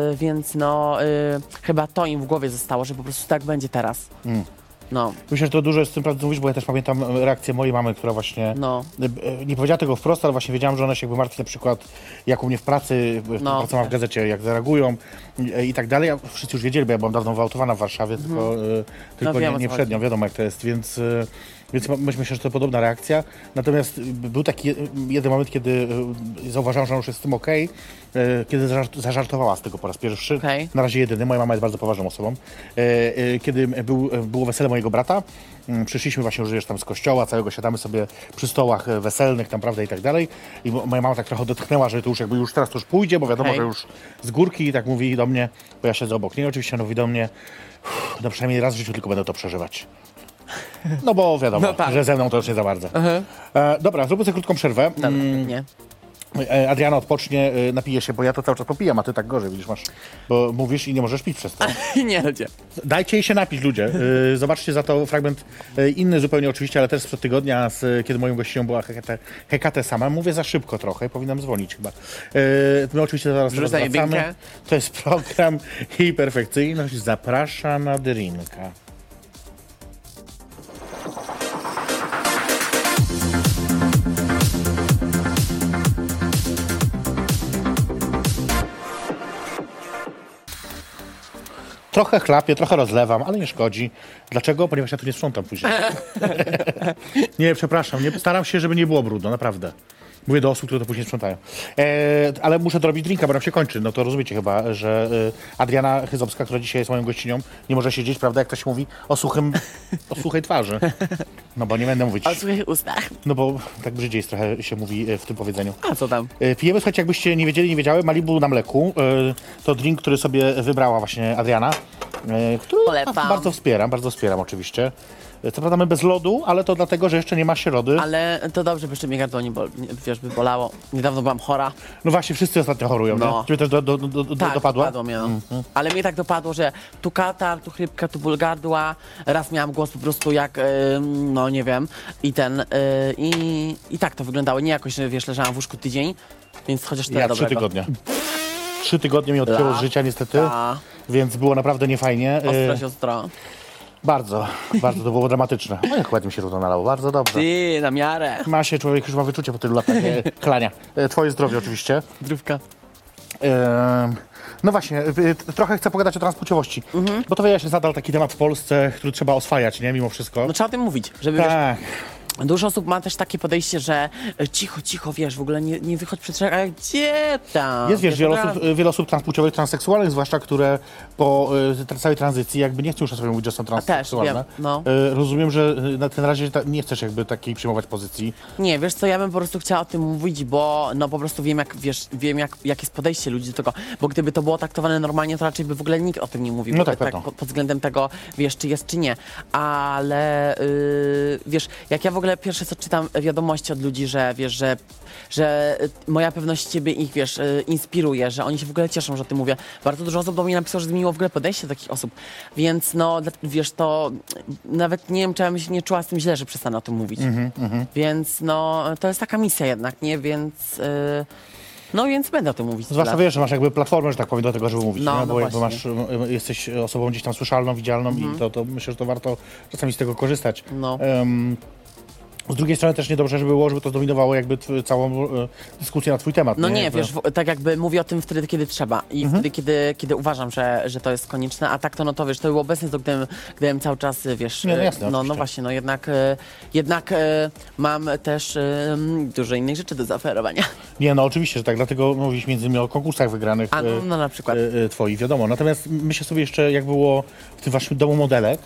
chyba to im w głowie zostało, że po prostu tak będzie teraz. No. Myślę, że to dużo jest z tym prawdą mówisz, bo ja też pamiętam reakcję mojej mamy, która właśnie nie powiedziała tego wprost, ale właśnie wiedziałam, że ona się jakby martwi na przykład jak u mnie w pracy, pracowałam w gazecie, jak zareagują i tak dalej. A wszyscy już wiedzieli, bo ja byłam dawno wyautowana w Warszawie, tylko nie przed nią, wiadomo jak to jest, więc myślę, że to podobna reakcja. Natomiast był taki jeden moment, kiedy zauważyłam, że ona już jest z tym okej, kiedy zażartowała z tego po raz pierwszy. Okay. Na razie jedyny, moja mama jest bardzo poważną osobą. Kiedy było wesele mojego brata, przyszliśmy właśnie już tam z kościoła, całego siadamy sobie przy stołach weselnych tam, prawda, i tak dalej. I moja mama tak trochę odetchnęła, że to już jakby już teraz to już pójdzie, bo wiadomo, że już z górki i tak mówi do mnie, bo ja siedzę obok niej, oczywiście mówi do mnie, no przynajmniej raz w życiu tylko będę to przeżywać. No bo wiadomo, że ze mną to już nie za bardzo. Dobra, zróbmy sobie krótką przerwę. Nie. Adriana odpocznie, napije się, bo ja to cały czas popijam, a ty tak gorzej, widzisz, masz, bo mówisz i nie możesz pić przez to. Nie, ludzie. Dajcie jej się napić, ludzie. Zobaczcie za to fragment inny zupełnie oczywiście, ale też sprzed tygodnia, kiedy moją gościnią była Hekate sama. Mówię za szybko trochę, powinnam dzwonić chyba. My oczywiście zaraz wracamy. To jest program i perfekcyjność zaprasza na drinka. Trochę chlapię, trochę rozlewam, ale nie szkodzi. Dlaczego? Ponieważ ja tu nie sprzątam później. Nie, przepraszam, staram się, żeby nie było brudno, naprawdę. Mówię do osób, które to później sprzątają. Ale muszę dorobić drinka, bo nam się kończy. No to rozumiecie chyba, że Adriana Chyzowska, która dzisiaj jest moją gościnią, nie może siedzieć, prawda, jak ktoś mówi o suchej twarzy. No bo nie będę mówić. O suchych ustach. No bo tak brzydziej trochę się mówi w tym powiedzeniu. A co tam? Pijemy, słuchajcie, jakbyście nie wiedzieli, nie wiedziały, Malibu na mleku. To drink, który sobie wybrała właśnie Adriana. Który bardzo wspieram oczywiście. Co prawda my bez lodu, ale to dlatego, że jeszcze nie ma środy. Ale to dobrze, bo jeszcze mnie gardło wiesz, by bolało. Niedawno byłam chora. No właśnie, wszyscy ostatnio chorują, no. nie? Ciebie też tak, dopadło? dopadło mnie, no. Ale mnie tak dopadło, że tu katar, tu chrypka, tu ból gardła. Raz miałam głos po prostu jak, no nie wiem. I tak to wyglądało. Nie jakoś, wiesz, leżałam w łóżku tydzień, więc chociaż tyle ja dobrego. 3 tygodnie. 3 tygodnie mi odcięło z życia niestety, więc było naprawdę niefajnie. Ostro. Bardzo to było dramatyczne. No jak ładnie mi się równo nalało, bardzo dobrze. Ty, na miarę. Ma się, człowiek już ma wyczucie po tylu latach klania. Twoje zdrowie oczywiście. Zdrówka. No właśnie, trochę chcę pogadać o transpłciowości, bo to jest nadal taki temat w Polsce, który trzeba oswajać, nie? Mimo wszystko. No trzeba o tym mówić, żeby tak. Wiesz, dużo osób ma też takie podejście, że cicho, wiesz, w ogóle nie wychodź przed szereg, ale gdzie tam? Jest, wiesz, wiele osób transpłciowych, transseksualnych, zwłaszcza, które po całej tranzycji jakby nie chcą już o sobie mówić, że są transseksualne. Też, wiem, no. Rozumiem, że na ten razie nie chcesz jakby takiej przyjmować pozycji. Nie, wiesz co, ja bym po prostu chciała o tym mówić, bo no po prostu wiem, jak jest podejście ludzi do tego, bo gdyby to było traktowane normalnie, to raczej by w ogóle nikt o tym nie mówił. No tak, pod względem tego, wiesz, czy jest, czy nie. Ale wiesz, jak ja w ogóle ogóle pierwsze co czytam wiadomości od ludzi, że wiesz, że moja pewność siebie ich, wiesz, inspiruje, że oni się w ogóle cieszą, że o tym mówię. Bardzo dużo osób do mnie napisało, że zmieniło w ogóle podejście do takich osób. Więc no, wiesz, to nawet nie wiem, czy ja bym się nie czuła z tym źle, że przestanę o tym mówić. Więc no, to jest taka misja jednak, nie? Więc... No więc będę o tym mówić. Zwłaszcza wiesz, że masz jakby platformę, że tak powiem, do tego, żeby mówić, No, nie? no Bo jakby właśnie. jesteś osobą gdzieś tam słyszalną, widzialną i to myślę, że to warto czasami z tego korzystać. No. Z drugiej strony też niedobrze, żeby było, żeby to zdominowało jakby całą dyskusję na twój temat. No nie, Jakby- wiesz, tak jakby mówię o tym wtedy, kiedy trzeba i wtedy, kiedy uważam, że to jest konieczne, a tak to, no to wiesz, to było bez sensu, gdybym cały czas, wiesz, Nie, no jasne, no oczywiście. właśnie, no jednak mam też dużo innych rzeczy do zaoferowania. Nie, no oczywiście, że tak, dlatego mówisz między innymi o konkursach wygranych A no na przykład. twoich, wiadomo. Natomiast myślę sobie jeszcze, jak było w tym waszym domu modelek,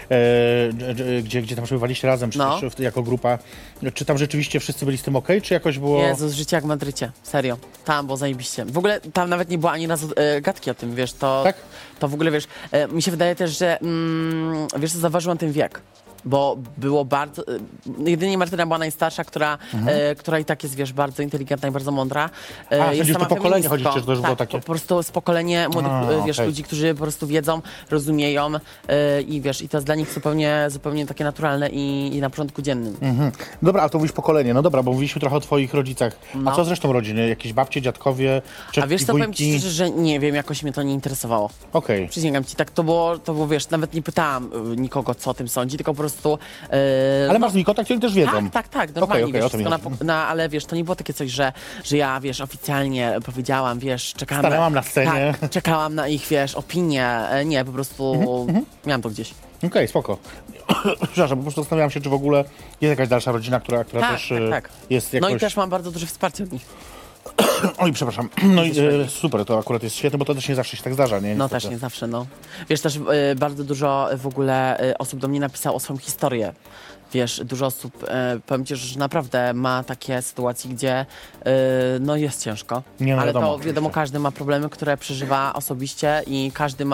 gdzie tam przebywaliście razem No. przecież jako grupa, czy tam rzeczywiście wszyscy byli z tym okej, czy jakoś było... Jezus, życie jak w Madrycie, serio. Tam było zajebiście. W ogóle tam nawet nie było ani razu gadki o tym, wiesz, Tak? to w ogóle, wiesz, mi się wydaje też, że, wiesz co, zauważyłam ten wiek. Bo było bardzo... jedynie Martyna była najstarsza, która i tak jest, wiesz, bardzo inteligentna i bardzo mądra. chodzi już sama to pokolenie, feministką. chodzi, że to już było Tak, takie... po prostu z pokolenie młodych, wiesz, okej. ludzi, którzy po prostu wiedzą, rozumieją i wiesz, i to jest dla nich zupełnie takie naturalne i na porządku dziennym. Dobra, ale to mówisz pokolenie, no dobra, bo mówiliśmy trochę o twoich rodzicach. A No. co z resztą rodziny? Jakieś babcie, dziadkowie, A wiesz co, powiem ci wujki? szczerze, że nie wiem, jakoś mnie to nie interesowało. Okej. Przysięgam ci, tak to było, wiesz, nawet nie pytałam nikogo, co o tym sądzi, tylko po prostu... Ale masz z nimi kontakt, oni też wiedzą. Tak, normalnie, Okej, wiesz, o to mi wszystko chodzi. ale wiesz, to nie było takie coś, że ja, wiesz, oficjalnie powiedziałam, wiesz, czekałam Stanęłam na scenie. Tak, czekałam na ich, wiesz, opinię, nie, po prostu miałam to gdzieś. Okej, spoko. Przepraszam, po prostu zastanawiam się, czy w ogóle jest jakaś dalsza rodzina, która też Tak. jest jakoś... No i też mam bardzo duże wsparcie od nich. Oj, przepraszam. No i super, to akurat jest świetne, bo to też nie zawsze się tak zdarza, nie? No Niestety. też nie zawsze, no. Wiesz, też bardzo dużo w ogóle osób do mnie napisało swoją historię. Wiesz, dużo osób, powiem ci, że naprawdę ma takie sytuacje, gdzie no jest ciężko. Nie, no ale wiadomo, to wiadomo, oczywiście. każdy ma problemy, które przeżywa osobiście i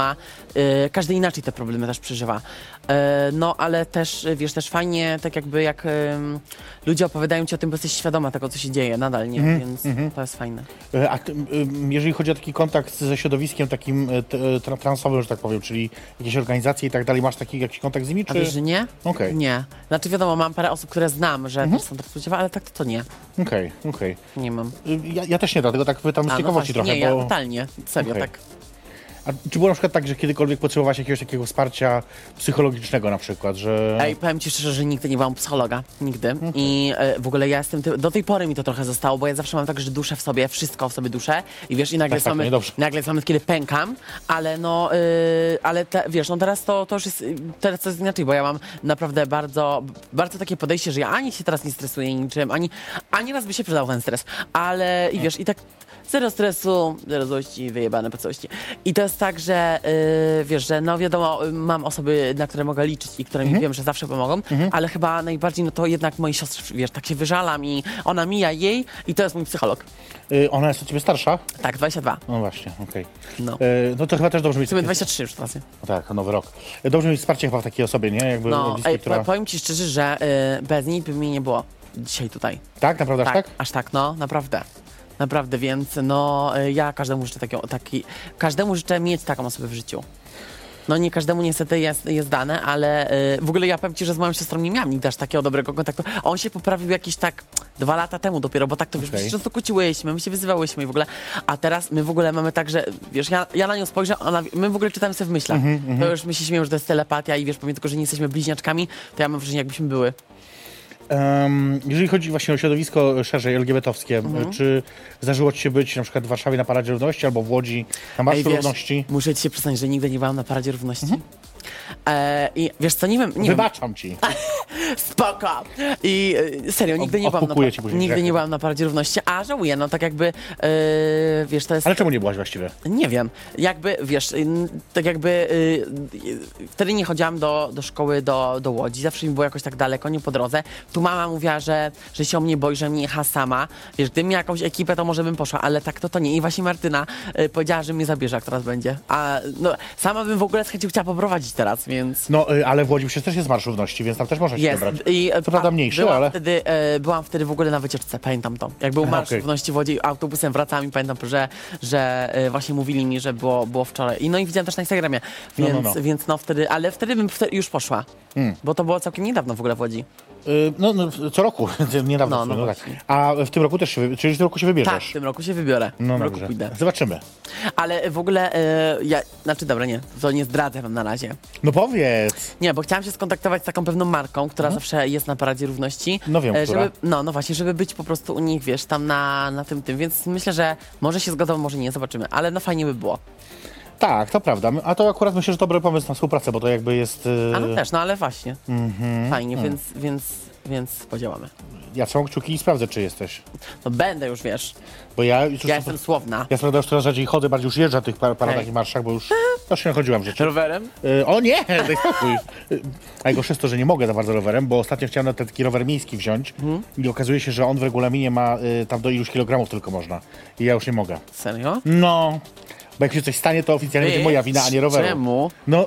każdy inaczej te problemy też przeżywa. No ale też, wiesz, też fajnie, tak jakby jak ludzie opowiadają ci o tym, bo jesteś świadoma tego, co się dzieje nadal, nie? Więc to jest fajne. A jeżeli chodzi o taki kontakt ze środowiskiem takim transowym, że tak powiem, czyli jakieś organizacje i tak dalej, masz taki jakiś kontakt z nimi, A czy... wiesz, że nie? Okej. Nie. Znaczy wiadomo, mam parę osób, które znam, że też są transpłciowe, ale tak to nie. Okej. Nie mam. Ja też nie, dlatego tak pytam z A, no ciekawości właśnie, trochę, nie, bo... ja totalnie, serio, Okej. tak. A czy było na przykład tak, że kiedykolwiek potrzebowałaś jakiegoś takiego wsparcia psychologicznego na przykład, że... Ej, powiem ci szczerze, że nigdy nie byłam psychologa, nigdy. I w ogóle ja jestem, do tej pory mi to trochę zostało, bo ja zawsze mam tak, że duszę w sobie, wszystko w sobie duszę i wiesz, i nagle Tak, niedobrze. nagle jest moment, kiedy pękam, ale no, wiesz, no teraz to już jest, teraz to jest inaczej, bo ja mam naprawdę bardzo, bardzo takie podejście, że ja ani się teraz nie stresuję niczym, ani raz by się przydał ten stres, ale i wiesz, i tak zero stresu, zero złości, wyjebane po całości. I to jest tak, że wiesz, że no wiadomo, mam osoby, na które mogę liczyć i które mi wiem, że zawsze pomogą, ale chyba najbardziej no to jednak mojej siostrze, wiesz, tak się wyżalam i ona mija jej i to jest mój psycholog. Ona jest od ciebie starsza? Tak, 22. No właśnie, okej. No. No to chyba też dobrze mieć... W sumie 23 już teraz. No tak, nowy rok. Dobrze mieć wsparcie chyba w takiej osobie, nie? Jakby No, bliskiej, która... powiem ci szczerze, że bez niej by mnie nie było dzisiaj tutaj. Tak? Naprawdę aż tak? Aż tak, no, naprawdę. Naprawdę, więc no ja każdemu życzę każdemu życzę mieć taką osobę w życiu. No nie każdemu niestety jest dane, ale w ogóle ja powiem ci, że z moją siostrą nie miałam nigdy aż takiego dobrego kontaktu. On się poprawił jakieś tak 2 lata temu dopiero, bo tak to wiesz, Okej. my się często kłóciłyśmy, my się wyzywałyśmy i w ogóle, a teraz my w ogóle mamy tak, że wiesz, ja na nią spojrzę, my w ogóle czytamy sobie w myślach. To już my się śmiejemy, że to jest telepatia i wiesz, pomimo tego, że nie jesteśmy bliźniaczkami, to ja mam wrażenie, jakbyśmy były. Jeżeli chodzi właśnie o środowisko szerzej LGBT-owskie, czy zdarzyło ci się być na przykład w Warszawie na Paradzie Równości albo w Łodzi na Marszu wiesz, Równości? muszę ci się przyznać, że nigdy nie byłam na Paradzie Równości. I wiesz co, nie wiem. Wybaczam ci. Spoko! I serio, nigdy nie byłam Odpukuję ci później nigdy grzechy. nie byłam na Paradzie Równości, a żałuję, no tak jakby, wiesz, to jest... Ale czemu nie byłaś właściwie? Nie wiem, jakby, wiesz, tak jakby wtedy nie chodziłam do szkoły do Łodzi, zawsze mi było jakoś tak daleko, nie po drodze. Tu mama mówiła, że się o mnie boi, że mnie jecha sama. Wiesz, gdybym miała jakąś ekipę, to może bym poszła, ale tak to nie. I właśnie Martyna powiedziała, że mnie zabierze, jak teraz będzie. A no, sama bym w ogóle z chęcią chciała poprowadzić teraz, więc... No, ale w Łodzi przecież też jest Marsz Równości, więc tam też można się Jest, odebrać. I, Co prawda mniejszy, byłam ale... Wtedy, byłam wtedy w ogóle na wycieczce, pamiętam to. Jak był Marsz Równości w Łodzi, autobusem wracałem i pamiętam, że właśnie mówili mi, że było wczoraj. I no i widziałem też na Instagramie, więc wtedy, ale wtedy bym już poszła. Bo to było całkiem niedawno w ogóle w Łodzi. No, co roku, niedawno. No Tak. A w tym roku też czyli w tym roku się wybierzesz? Tak, w tym roku się wybiorę. No w tym roku dobrze. pójdę. Zobaczymy. Ale w ogóle, dobra, nie, to nie zdradzę wam na razie. No powiedz. Nie, bo chciałam się skontaktować z taką pewną marką, która zawsze jest na Paradzie Równości. No wiem, która. No właśnie, żeby być po prostu u nich, wiesz, tam na tym, więc myślę, że może się zgodzą, może nie, zobaczymy, ale no fajnie by było. Tak, to prawda. A to akurat myślę, że dobry pomysł na współpracę, bo to jakby jest... A no też, no ale właśnie. Fajnie, więc podziałamy. Ja trzymam kciuki i sprawdzę, czy jesteś. No będę już, wiesz, Bo ja jestem słowna. Ja sprawdzę, już coraz rzadziej chodzę, bardziej już jeżdżę na tych paradach i marszach, bo już się nachodziłam w życiu. Rowerem? O nie, daj spokój. A najgorsze jest to, że nie mogę za bardzo rowerem, bo ostatnio chciałem na ten taki rower miejski wziąć i okazuje się, że on w regulaminie ma tam do iluś kilogramów tylko można. I ja już nie mogę. Serio? No, bo jak się coś stanie, to oficjalnie będzie moja wina, a nie roweru. Czemu? No,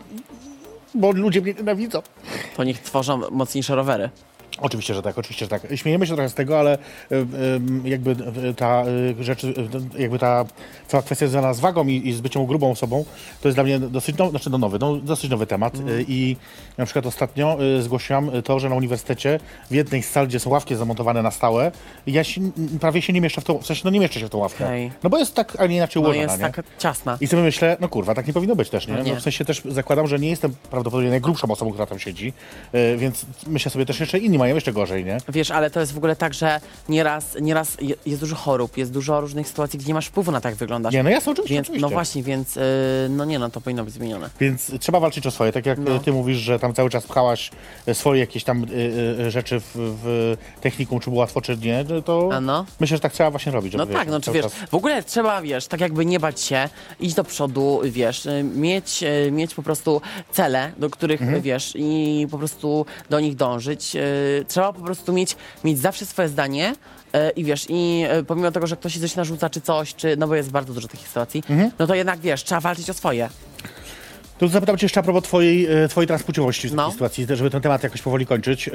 bo ludzie mnie nienawidzą. To niech tworzą mocniejsze rowery. Oczywiście, że tak, oczywiście, że tak. Śmiejemy się trochę z tego, ale jakby ta rzecz, jakby ta cała kwestia związana z wagą i z byciem grubą osobą, to jest dla mnie dosyć dosyć nowy temat. I na przykład ostatnio zgłosiłam to, że na uniwersytecie w jednej z sal, gdzie są ławki zamontowane na stałe, ja prawie się nie mieszczę w tą, w sensie no nie mieszczę się w tą ławkę. Okej. No bo jest tak, a nie inaczej No ułożona, jest nie? taka ciasna. I sobie myślę, no kurwa, tak nie powinno być też, nie? No nie. No w sensie też zakładam, że nie jestem prawdopodobnie najgrubszą osobą, która tam siedzi, więc myślę sobie też jeszcze inni mają jeszcze gorzej, nie? Wiesz, ale to jest w ogóle tak, że nieraz jest dużo chorób, jest dużo różnych sytuacji, gdzie nie masz wpływu na to, jak wyglądasz. Nie, no jasne, oczywiście, Więc, oczywiście. no właśnie, więc to powinno być zmienione. Więc trzeba walczyć o swoje, tak jak ty mówisz, że tam cały czas pchałaś swoje jakieś tam rzeczy w technikum, czy było łatwo, czy nie, to A no? myślę, że tak trzeba właśnie robić. No żeby, tak, no czy cały wiesz, czas- w ogóle trzeba, wiesz, tak jakby nie bać się, iść do przodu, wiesz, mieć po prostu cele, do których, wiesz, i po prostu do nich dążyć. Trzeba po prostu mieć zawsze swoje zdanie i wiesz, pomimo tego, że ktoś ci coś narzuca, czy coś, no bo jest bardzo dużo takich sytuacji, no to jednak, wiesz, trzeba walczyć o swoje. To zapytam cię jeszcze a propos twojej transpłciowości w takiej No. sytuacji, żeby ten temat jakoś powoli kończyć.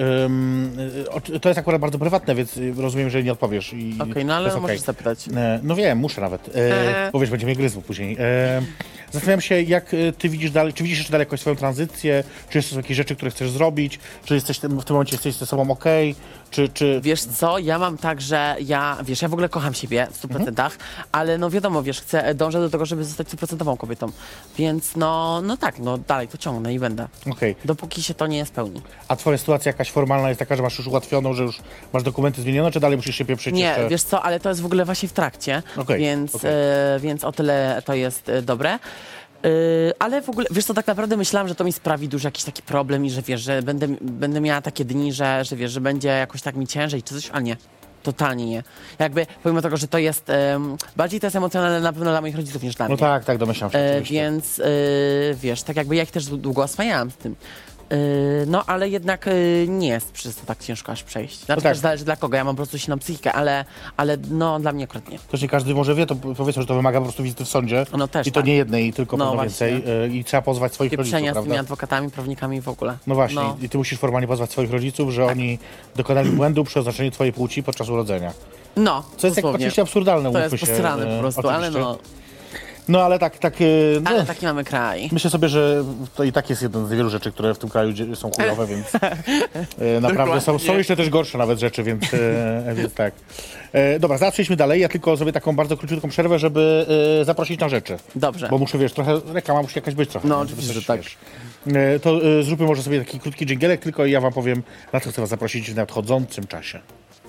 To jest akurat bardzo prywatne, więc rozumiem, że nie odpowiesz. Okej, no to ale jest okej. możesz zapytać. No wiem, muszę nawet, bo wiesz, będzie mnie gryzł później. Zastanawiam się, jak ty widzisz dalej, czy widzisz jeszcze dalej jakąś swoją tranzycję, czy jeszcze są jakieś rzeczy, które chcesz zrobić, czy jesteś w tym momencie jesteś ze sobą okej, czy... Wiesz co, ja mam tak, że ja w ogóle kocham siebie w 100%, ale no wiadomo, wiesz, dążę do tego, żeby zostać 100% kobietą, więc no tak, no dalej to ciągnę i będę, Okej. dopóki się to nie spełni. A twoja sytuacja jakaś formalna jest taka, że masz już ułatwioną, że już masz dokumenty zmienione, czy dalej musisz się pieprzyć Nie, jeszcze? wiesz co, ale to jest w ogóle właśnie w trakcie, Okej, więc, okej. więc o tyle to jest dobre. Ale w ogóle, wiesz co, tak naprawdę myślałam, że to mi sprawi duży jakiś taki problem i że wiesz, że będę miała takie dni, że wiesz, że będzie jakoś tak mi ciężej czy coś, ale nie. Totalnie nie. Jakby, pomimo tego, że to jest, bardziej to jest emocjonalne na pewno dla moich rodziców niż dla mnie. No tak, domyślam się. oczywiście. Więc wiesz, tak jakby ja ich też długo oswajałam z tym. No, ale jednak nie jest przez to tak ciężko aż przejść. Znaczy tak. też zależy dla kogo, ja mam po prostu silną psychikę, ale no dla mnie akurat nie. To nie każdy może wie, to powiedzmy, że to wymaga po prostu wizyty w sądzie. No też I to tak. nie jednej, tylko No pewno właśnie. więcej. I trzeba pozwać swoich rodziców, Pieprzenia z prawda? tymi adwokatami, prawnikami w ogóle. No właśnie, No. i ty musisz formalnie pozwać swoich rodziców, że oni dokonali błędu przy oznaczeniu twojej płci podczas urodzenia. No, Co jest tak dosłownie. oczywiście absurdalne, To umówmy jest się. posrane po prostu, ale oczywiście. no, No ale tak, no, ale taki mamy kraj. myślę sobie, że to i tak jest jeden z wielu rzeczy, które w tym kraju są chujowe, więc naprawdę są jeszcze też gorsze nawet rzeczy, więc tak. Dobra, zaraz przejdźmy dalej. Ja tylko zrobię taką bardzo króciutką przerwę, żeby zaprosić na rzeczy. Dobrze. Bo muszę, wiesz, trochę reklama musi jakaś być trochę. No, żeby oczywiście, też, że tak. wiesz, to zróbmy może sobie taki krótki dżingielek, tylko i ja wam powiem, na co chcę was zaprosić w nadchodzącym czasie.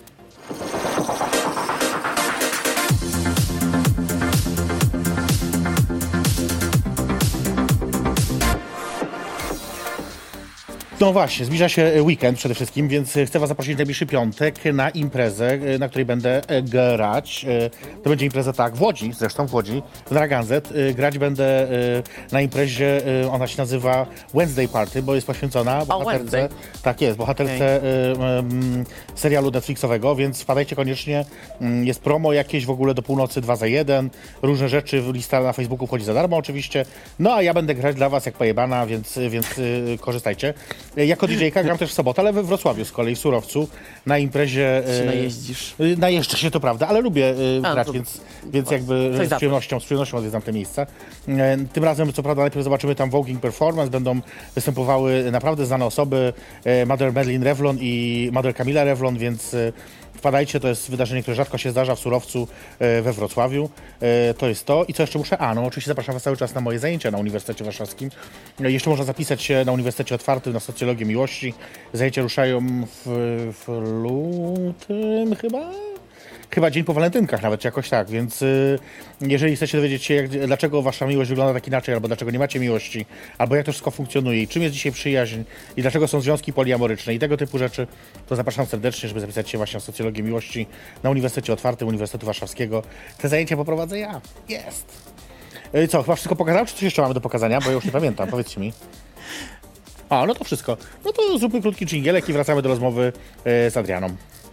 No właśnie, zbliża się weekend przede wszystkim, więc chcę was zaprosić najbliższy piątek na imprezę, na której będę grać. To będzie impreza tak, w Łodzi, zresztą w Łodzi, w Narragansett. Grać będę na imprezie, ona się nazywa Wednesday Party, bo jest poświęcona bohaterce, tak jest, bohaterce serialu Netflixowego, więc wpadajcie koniecznie. Jest promo jakieś w ogóle do północy 2 za 1, różne rzeczy, lista na Facebooku wchodzi za darmo oczywiście. No a ja będę grać dla was jak pojebana, więc korzystajcie. Jako DJ-ka gram też w sobotę, ale we Wrocławiu z kolei, w Surowcu, na imprezie... Się najeździsz. Najeżdżę się, to prawda, ale lubię grać, to- więc jakby coś z za przyjemnością odwiedzam te miejsca. Tym razem, co prawda, najpierw zobaczymy tam Voguing Performance, będą występowały naprawdę znane osoby, Mother Madeline Revlon i Mother Camila Revlon, więc wpadajcie, to jest wydarzenie, które rzadko się zdarza w Surowcu we Wrocławiu. To jest to. I co jeszcze muszę? No oczywiście zapraszam was cały czas na moje zajęcia na Uniwersytecie Warszawskim. Jeszcze można zapisać się na Uniwersytecie Otwartym na socjologię miłości. Zajęcia ruszają w lutym chyba? Chyba dzień po walentynkach nawet, jakoś tak, więc jeżeli chcecie dowiedzieć się, dlaczego wasza miłość wygląda tak inaczej, albo dlaczego nie macie miłości, albo jak to wszystko funkcjonuje i czym jest dzisiaj przyjaźń i dlaczego są związki poliamoryczne i tego typu rzeczy, to zapraszam serdecznie, żeby zapisać się właśnie na socjologię miłości na Uniwersytecie Otwartym Uniwersytetu Warszawskiego. Te zajęcia poprowadzę ja. Jest! Co, chyba wszystko pokazałem, czy coś jeszcze mamy do pokazania? Bo ja już nie pamiętam, powiedzcie mi. No to wszystko. No to zróbmy krótki dżingielek i wracamy do rozmowy z Adrianą.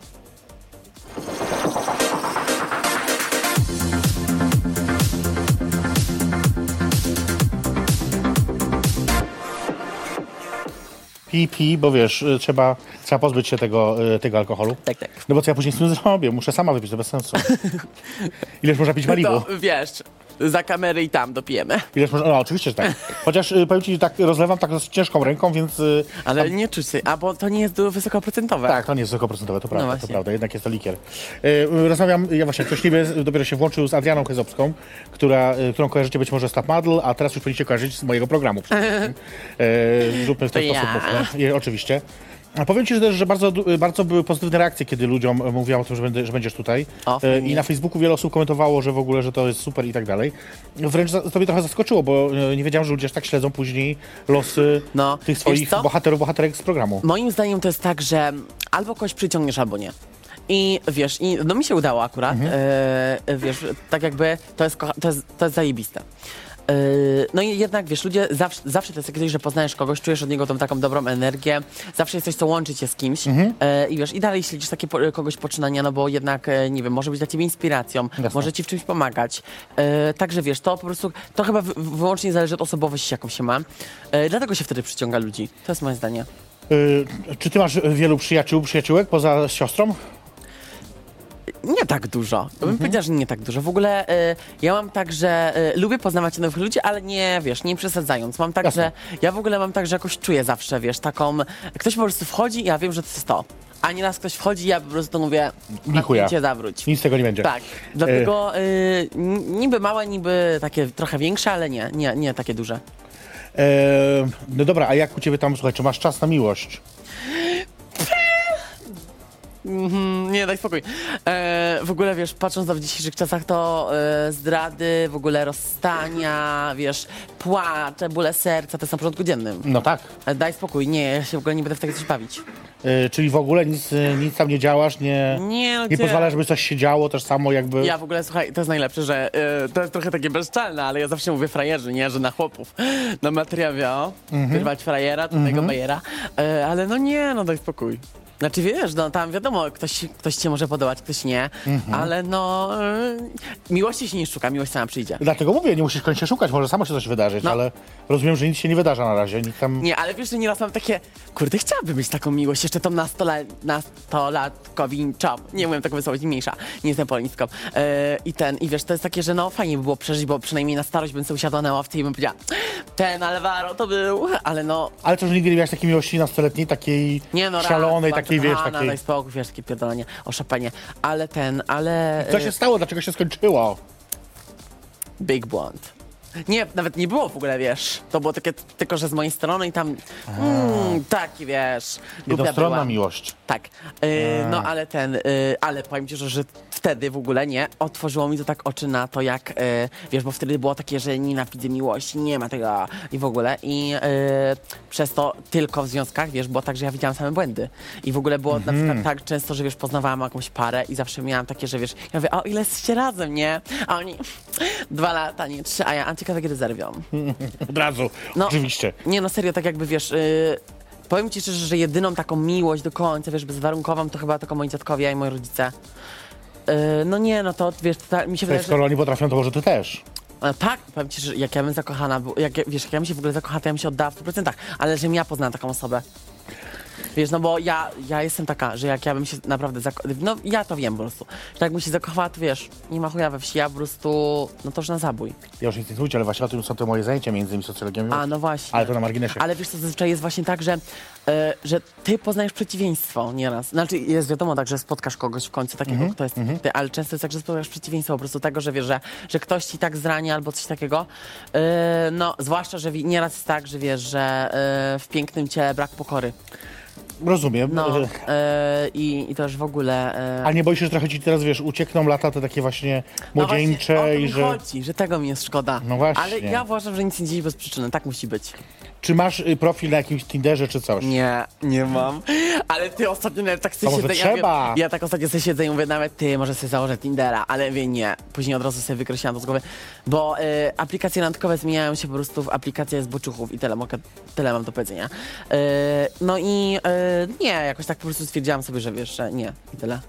Pi, bo wiesz, trzeba pozbyć się tego alkoholu. Tak. No bo co ja później z tym zrobię? Muszę sama wypić, to bez sensu. Ileż można pić Malibu? To wiesz, za kamery i tam dopijemy. Ileż można... No oczywiście, że tak. Chociaż powiem ci, tak rozlewam tak dosyć ciężką ręką, więc... Ale nie czuć się, bo to nie jest wysokoprocentowe. Tak, to nie jest wysokoprocentowe, to prawda, No to właśnie. prawda, jednak jest to likier. Rozmawiam, ja właśnie ktoś niby dopiero się włączył z Adrianą Chyzowską, którą kojarzycie być może z Top Model, a teraz już powinniście kojarzyć z mojego programu. Zróbmy w ten To sposób. ja. Mówmy. Oczywiście. A powiem ci też, że bardzo były pozytywne reakcje, kiedy ludziom mówiłam o tym, że będziesz tutaj. O, fajnie. I na Facebooku wiele osób komentowało, że w ogóle, że to jest super i tak dalej. Wręcz to mnie trochę zaskoczyło, bo nie wiedziałem, że ludzie aż tak śledzą później losy No, tych wiesz swoich co? bohaterek z programu. Moim zdaniem to jest tak, że albo kogoś przyciągniesz, albo nie. I wiesz, no mi się udało akurat, wiesz, tak jakby to jest zajebiste. No i jednak, wiesz, ludzie zawsze to jest takie coś, że poznajesz kogoś, czujesz od niego tą taką dobrą energię, zawsze jest coś, co łączy cię z kimś i wiesz, i dalej śledzisz takie kogoś poczynania, no bo jednak, nie wiem, może być dla ciebie inspiracją, Jasne. może ci w czymś pomagać. Także wiesz, to po prostu, to chyba wyłącznie zależy od osobowości, jaką się ma. Dlatego się wtedy przyciąga ludzi. To jest moje zdanie. Czy ty masz wielu przyjaciółek poza siostrą? Nie tak dużo. Bym powiedziała, że nie tak dużo. W ogóle ja mam tak, że lubię poznawać nowych ludzi, ale nie, wiesz, nie przesadzając. Mam tak, Jasne. że ja w ogóle mam tak, że jakoś czuję zawsze, wiesz, taką... Ktoś po prostu wchodzi i ja wiem, że to jest to. A nieraz ktoś wchodzi i ja po prostu mówię, Dziękuję. cię zawróć. Nic z tego nie będzie. Tak, dlatego niby małe, niby takie trochę większe, ale nie takie duże. No dobra, a jak u ciebie tam, słuchaj, czy masz czas na miłość? Nie, daj spokój. W ogóle, wiesz, patrząc w dzisiejszych czasach, to zdrady, w ogóle rozstania, wiesz, płacze, bóle serca, to jest na porządku dziennym. No tak. Daj spokój, nie, ja się w ogóle nie będę w takie coś bawić. Czyli w ogóle nic tam nie działasz, nie Nie, pozwalasz, żeby coś się działo, też samo jakby... Ja w ogóle, słuchaj, to jest najlepsze, że to jest trochę takie bezczelne, ale ja zawsze mówię frajerzy, nie, że na chłopów. Na materiawie, wyrwać frajera, tego bajera, ale no nie, no daj spokój. Znaczy wiesz, no tam wiadomo, ktoś cię może podobać, ktoś nie, ale no miłości się nie szuka, miłość sama przyjdzie. Dlatego mówię, nie musisz koniecznie szukać, może samo się coś wydarzyć, No. ale rozumiem, że nic się nie wydarza na razie, nic tam... Nie, ale wiesz, że nieraz mam takie, kurde, chciałabym mieć taką miłość, jeszcze tą nastolatkowinczą. Nie umiem tego wysłowić, mniejsza, nie jestem polonistką. I wiesz, to jest takie, że no fajnie by było przeżyć, bo przynajmniej na starość bym sobie usiadła na ławce i bym powiedziała, ten Alvaro to był, ale no... Ale to, że nigdy nie miałeś takiej miłości nastoletniej, takiej Nie no, szalonej, raz, takiej, bardzo wiesz, kochana, takiej... daj spokój, wiesz, takie pierdolenie o Chopinie, ale Co się stało? Dlaczego się skończyło? big błąd. Nie, nawet nie było w ogóle, wiesz, to było takie tylko, że z mojej strony i tam, taki, wiesz, głupia Jednostronna była. miłość. Tak, no ale powiem ci, że wtedy w ogóle nie, otworzyło mi to tak oczy na to, jak, wiesz, bo wtedy było takie, że nienawidzę miłości, nie ma tego i w ogóle i przez to tylko w związkach, wiesz, było tak, że ja widziałam same błędy i w ogóle było na przykład tak często, że wiesz, poznawałam jakąś parę i zawsze miałam takie, że wiesz, ja mówię, o ile jesteście razem, nie? A oni 2 lata, nie 3, a ja ciekawe kiedy zerwią. Od razu, No, oczywiście. Nie, no serio, tak jakby wiesz, powiem ci szczerze, że jedyną taką miłość do końca, wiesz, bezwarunkową, to chyba tylko moi dziadkowie i moi rodzice. No nie, no to wiesz, mi się wydaje, że... Skoro oni potrafią, to może ty też. Tak, powiem ci, że jak ja bym zakochana, wiesz, jak ja bym się w ogóle zakochała, to ja bym się oddała w 100%, ale żebym ja poznała taką osobę. Wiesz, no bo ja jestem taka, że jak ja bym się naprawdę no ja to wiem po prostu, że jak bym się zakochała, to wiesz, nie ma chuja we wsi, ja po prostu, no to już na zabój. Ja już nic nie słuchajcie, ale właśnie o tym są te moje zajęcia, między innymi socjologią. A, no właśnie. Ale to na marginesie. Ale wiesz co, zazwyczaj jest właśnie tak, że ty poznajesz przeciwieństwo nieraz. Znaczy jest wiadomo tak, że spotkasz kogoś w końcu takiego, kto jest ty, ale często jest tak, że spotkasz przeciwieństwo po prostu tego, że wiesz, że ktoś ci tak zrani albo coś takiego. No, zwłaszcza, że nieraz jest tak, że wiesz, że w pięknym ciele brak pokory. Rozumiem. No, i to już w ogóle... A nie boisz się, że trochę ci teraz, wiesz, uciekną lata te takie właśnie młodzieńcze no właśnie, i o to że... mi chodzi, że tego mi jest szkoda. No właśnie. Ale ja uważam, że nic nie dzieje bez przyczyny, tak musi być. Czy masz profil na jakimś Tinderze czy coś? Nie mam. Ale ty ostatnio nawet tak sobie To może siedzę... trzeba. Ja tak ostatnio sobie siedzę i mówię nawet, ty, może sobie założę Tindera, ale mówię nie. Później od razu sobie wykreśliłam to z głowy, bo aplikacje randkowe zmieniają się po prostu w aplikacje zboczuchów i tyle mam do powiedzenia. No i nie, jakoś tak po prostu stwierdziłam sobie, że wiesz, że nie i tyle.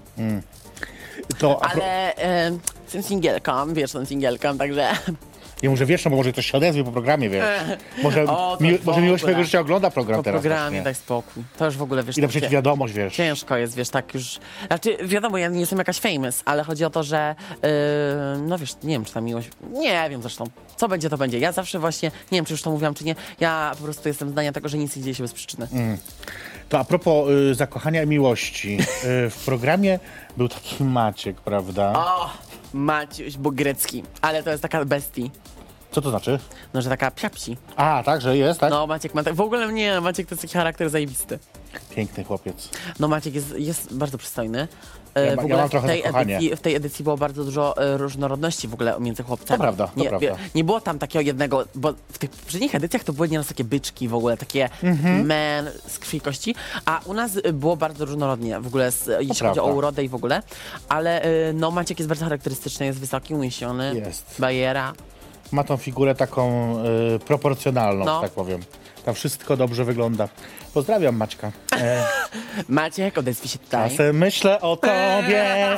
To, Ale jestem singielką, także... Ja może wiesz, no bo może ktoś się odezwie po programie, wiesz. Może, O, to może w miłość ogóle. twojego życia ogląda program Po teraz programie, właśnie. daj spokój. To już w ogóle, wiesz... I napisze ci wiadomość, wiesz. Ciężko jest, wiesz, tak już... Znaczy, wiadomo, ja nie jestem jakaś famous, ale chodzi o to, że... no wiesz, nie wiem, czy ta miłość... Nie wiem zresztą. Co będzie, to będzie. Ja zawsze właśnie... Nie wiem, czy już to mówiłam, czy nie. Ja po prostu jestem zdania tego, że nic nie dzieje się bez przyczyny. To a propos zakochania i miłości. W programie był taki Maciek, prawda? O! Maciuś Bogrecki. Ale to jest taka bestii. Co to znaczy? No, że taka psiapsi. A, tak, że jest, tak? No, Maciek ma tak... W ogóle nie, Maciek to jest taki charakter zajebisty. Piękny chłopiec. No, Maciek jest bardzo przystojny. Ja W ma- ogóle ja mam trochę w tej edycji było bardzo dużo różnorodności w ogóle między chłopcami. To prawda, to prawda. Nie było tam takiego jednego, bo w tych poprzednich edycjach to były nieraz takie byczki w ogóle, takie man z krwi i kości, a u nas było bardzo różnorodnie w ogóle, jeśli chodzi prawda. o urodę i w ogóle, ale no Maciek jest bardzo charakterystyczny, jest wysoki, uniesiony, Jest. bajera. Ma tą figurę taką proporcjonalną, No. że tak powiem. Tam wszystko dobrze wygląda. Pozdrawiam Maćka. Maciek, odezwij się tutaj. Czasem myślę o tobie.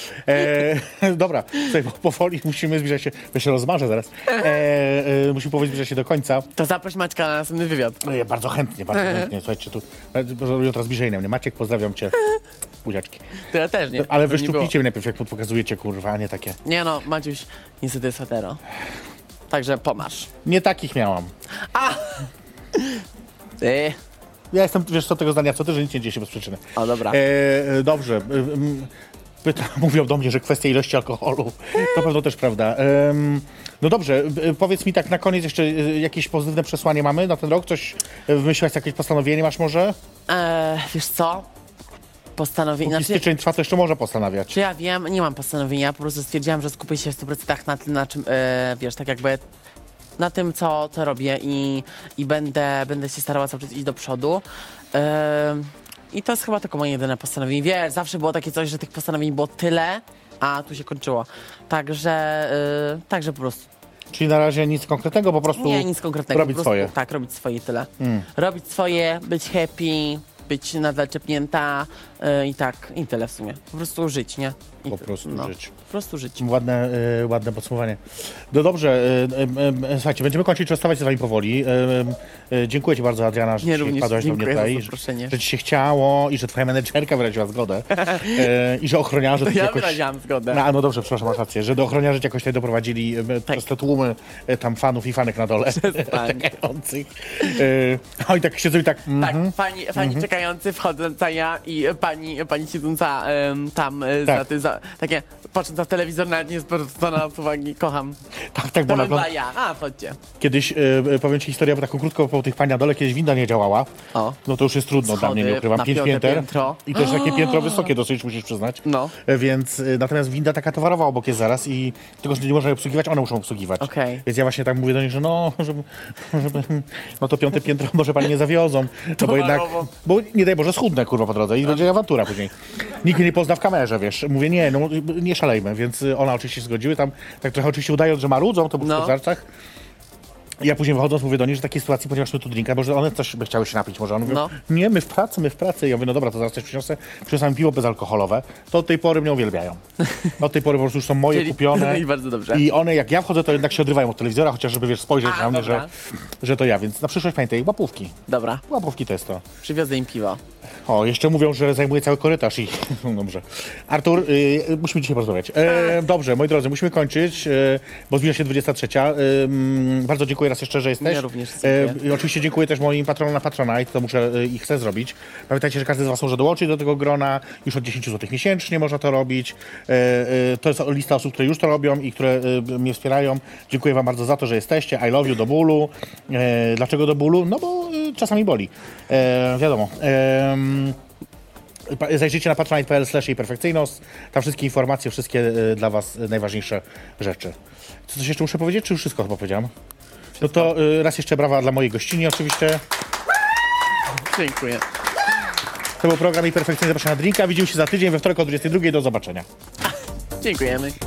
Dobra, tutaj powoli musimy zbliżać się. Ja się rozmarzę zaraz. Musimy powoli zbliżać się do końca. To zaproś Maćka na następny wywiad. Bardzo chętnie, bardzo chętnie. Słuchajcie, tu jutro zbliżej na mnie. Maciek, pozdrawiam cię. Buziaczki. To ja też nie. Ale to nie było. wyszczupnijcie mnie najpierw, jak pokazujecie, kurwa, a nie takie. Nie no, Maciuś niestety jest hetero. Także pomasz. Nie takich miałam. Ty. Ja jestem, wiesz co, tego zdania, co ty, że nic nie dzieje się bez przyczyny. O, dobra. Dobrze. Mówią do mnie, że kwestia ilości alkoholu. To pewno też prawda. No dobrze, powiedz mi tak na koniec jeszcze jakieś pozytywne przesłanie mamy na ten rok? Coś wymyśliłaś, jakieś postanowienie masz może? Wiesz co? Postanowienie. Póki Znaczy, styczeń trwa, to jeszcze może postanawiać. czy ja wiem, nie mam postanowienia, po prostu stwierdziłam, że skupię się w 100% na tym, na czym, wiesz, tak jakby na tym, co robię i będę się starała cały czas iść do przodu. I to jest chyba tylko moje jedyne postanowienie. Wiesz, zawsze było takie coś, że tych postanowień było tyle, a tu się kończyło. Także po prostu. Czyli na razie nic konkretnego, po prostu Nie, nic konkretnego. robić po prostu, swoje. Tak, robić swoje i tyle. Robić swoje, być happy, być nadal czepnięta i tak, i tyle w sumie. Po prostu żyć, nie? Po prostu żyć. Po prostu żyć. Ładne podsumowanie. No dobrze, słuchajcie, będziemy kończyć, rozstawać się z wami powoli. Dziękuję ci bardzo, Adriana, że Nie, dzisiaj również wpadłaś do mnie dziękuję za tutaj, zaproszenie. że ci się chciało i że twoja menedżerka wyraziła zgodę i że ochroniarze Ja jakoś... wyraziłam zgodę. No dobrze, przepraszam, masz rację, że do ochroniarzy cię jakoś tutaj doprowadzili przez te tłumy tam fanów i fanek na dole czekających. I tak siedzą i tak... Tak, pani czekający, wchodząca ja i pani siedząca tam takie, patrząc na telewizor, nawet nie jest zwrócona z uwagi, kocham. Tak, bo To na była ja, wchodźcie. Kiedyś, powiem ci historię, bo taką krótko po tych pani na dole, kiedyś winda nie działała. O. No to już jest trudno dla mnie, nie Schody ukrywam. na 5 piąte pięter. piętro. I też takie piętro wysokie dosyć, musisz przyznać. No. Więc natomiast winda taka towarowa obok jest zaraz i tylko, że nie można jej obsługiwać, one muszą obsługiwać. Okej. Więc ja właśnie tak mówię do nich, że no to 5 piętro może pani nie zawiozą. No bo jednak, bo nie daj Boże schudnę, kurwa, po drodze i będzie awantura później. Nikt mnie nie pozna w kamerze, wiesz. Mówię, nie szalejmy, więc ona oczywiście się zgodziły tam, tak trochę oczywiście udając, że marudzą, to było w żartach. Ja później wychodząc mówię do nich, że takiej sytuacji, ponieważ my tu drinka, bo że one też by chciały się napić może. One mówią, No. nie, my w pracy. Ja mówię, no dobra, to zaraz coś przyniosę. Przyniosłem piwo bezalkoholowe. To od tej pory mnie uwielbiają. Od tej pory po prostu już są moje kupione. I bardzo dobrze. I one, jak ja wchodzę, to jednak się odrywają od telewizora, chociaż żeby, wiesz, spojrzeć na mnie, dobra. że to ja. Więc na przyszłość pamiętaj, łapówki. Dobra, Łapówki to jest to. przywiozę im piwo. O, jeszcze mówią, że zajmuje cały korytarz i dobrze. Artur, musimy dzisiaj porozmawiać. Dobrze, moi drodzy, musimy kończyć, bo zbliża się 23. Bardzo dziękuję raz jeszcze, że jesteś. Ja również dziękuję. I oczywiście dziękuję też moim patronom na Patronite, to muszę i chcę zrobić. Pamiętajcie, że każdy z was może dołączyć do tego grona. Już od 10 zł miesięcznie można to robić. To jest lista osób, które już to robią i które mnie wspierają. Dziękuję wam bardzo za to, że jesteście. I love you do bólu. Dlaczego do bólu? No bo czasami boli. Wiadomo. Zajrzyjcie na patronite.pl/perfekcyjność. Tam wszystkie informacje, wszystkie dla was najważniejsze rzeczy. Coś jeszcze muszę powiedzieć, czy już wszystko chyba powiedziałem? No to raz jeszcze brawa dla mojej gościni oczywiście. Dziękuję. To był program i perfekcyjnie zapraszam na drinka. Widzimy się za tydzień we wtorek o 22:00. Do zobaczenia. Dziękujemy.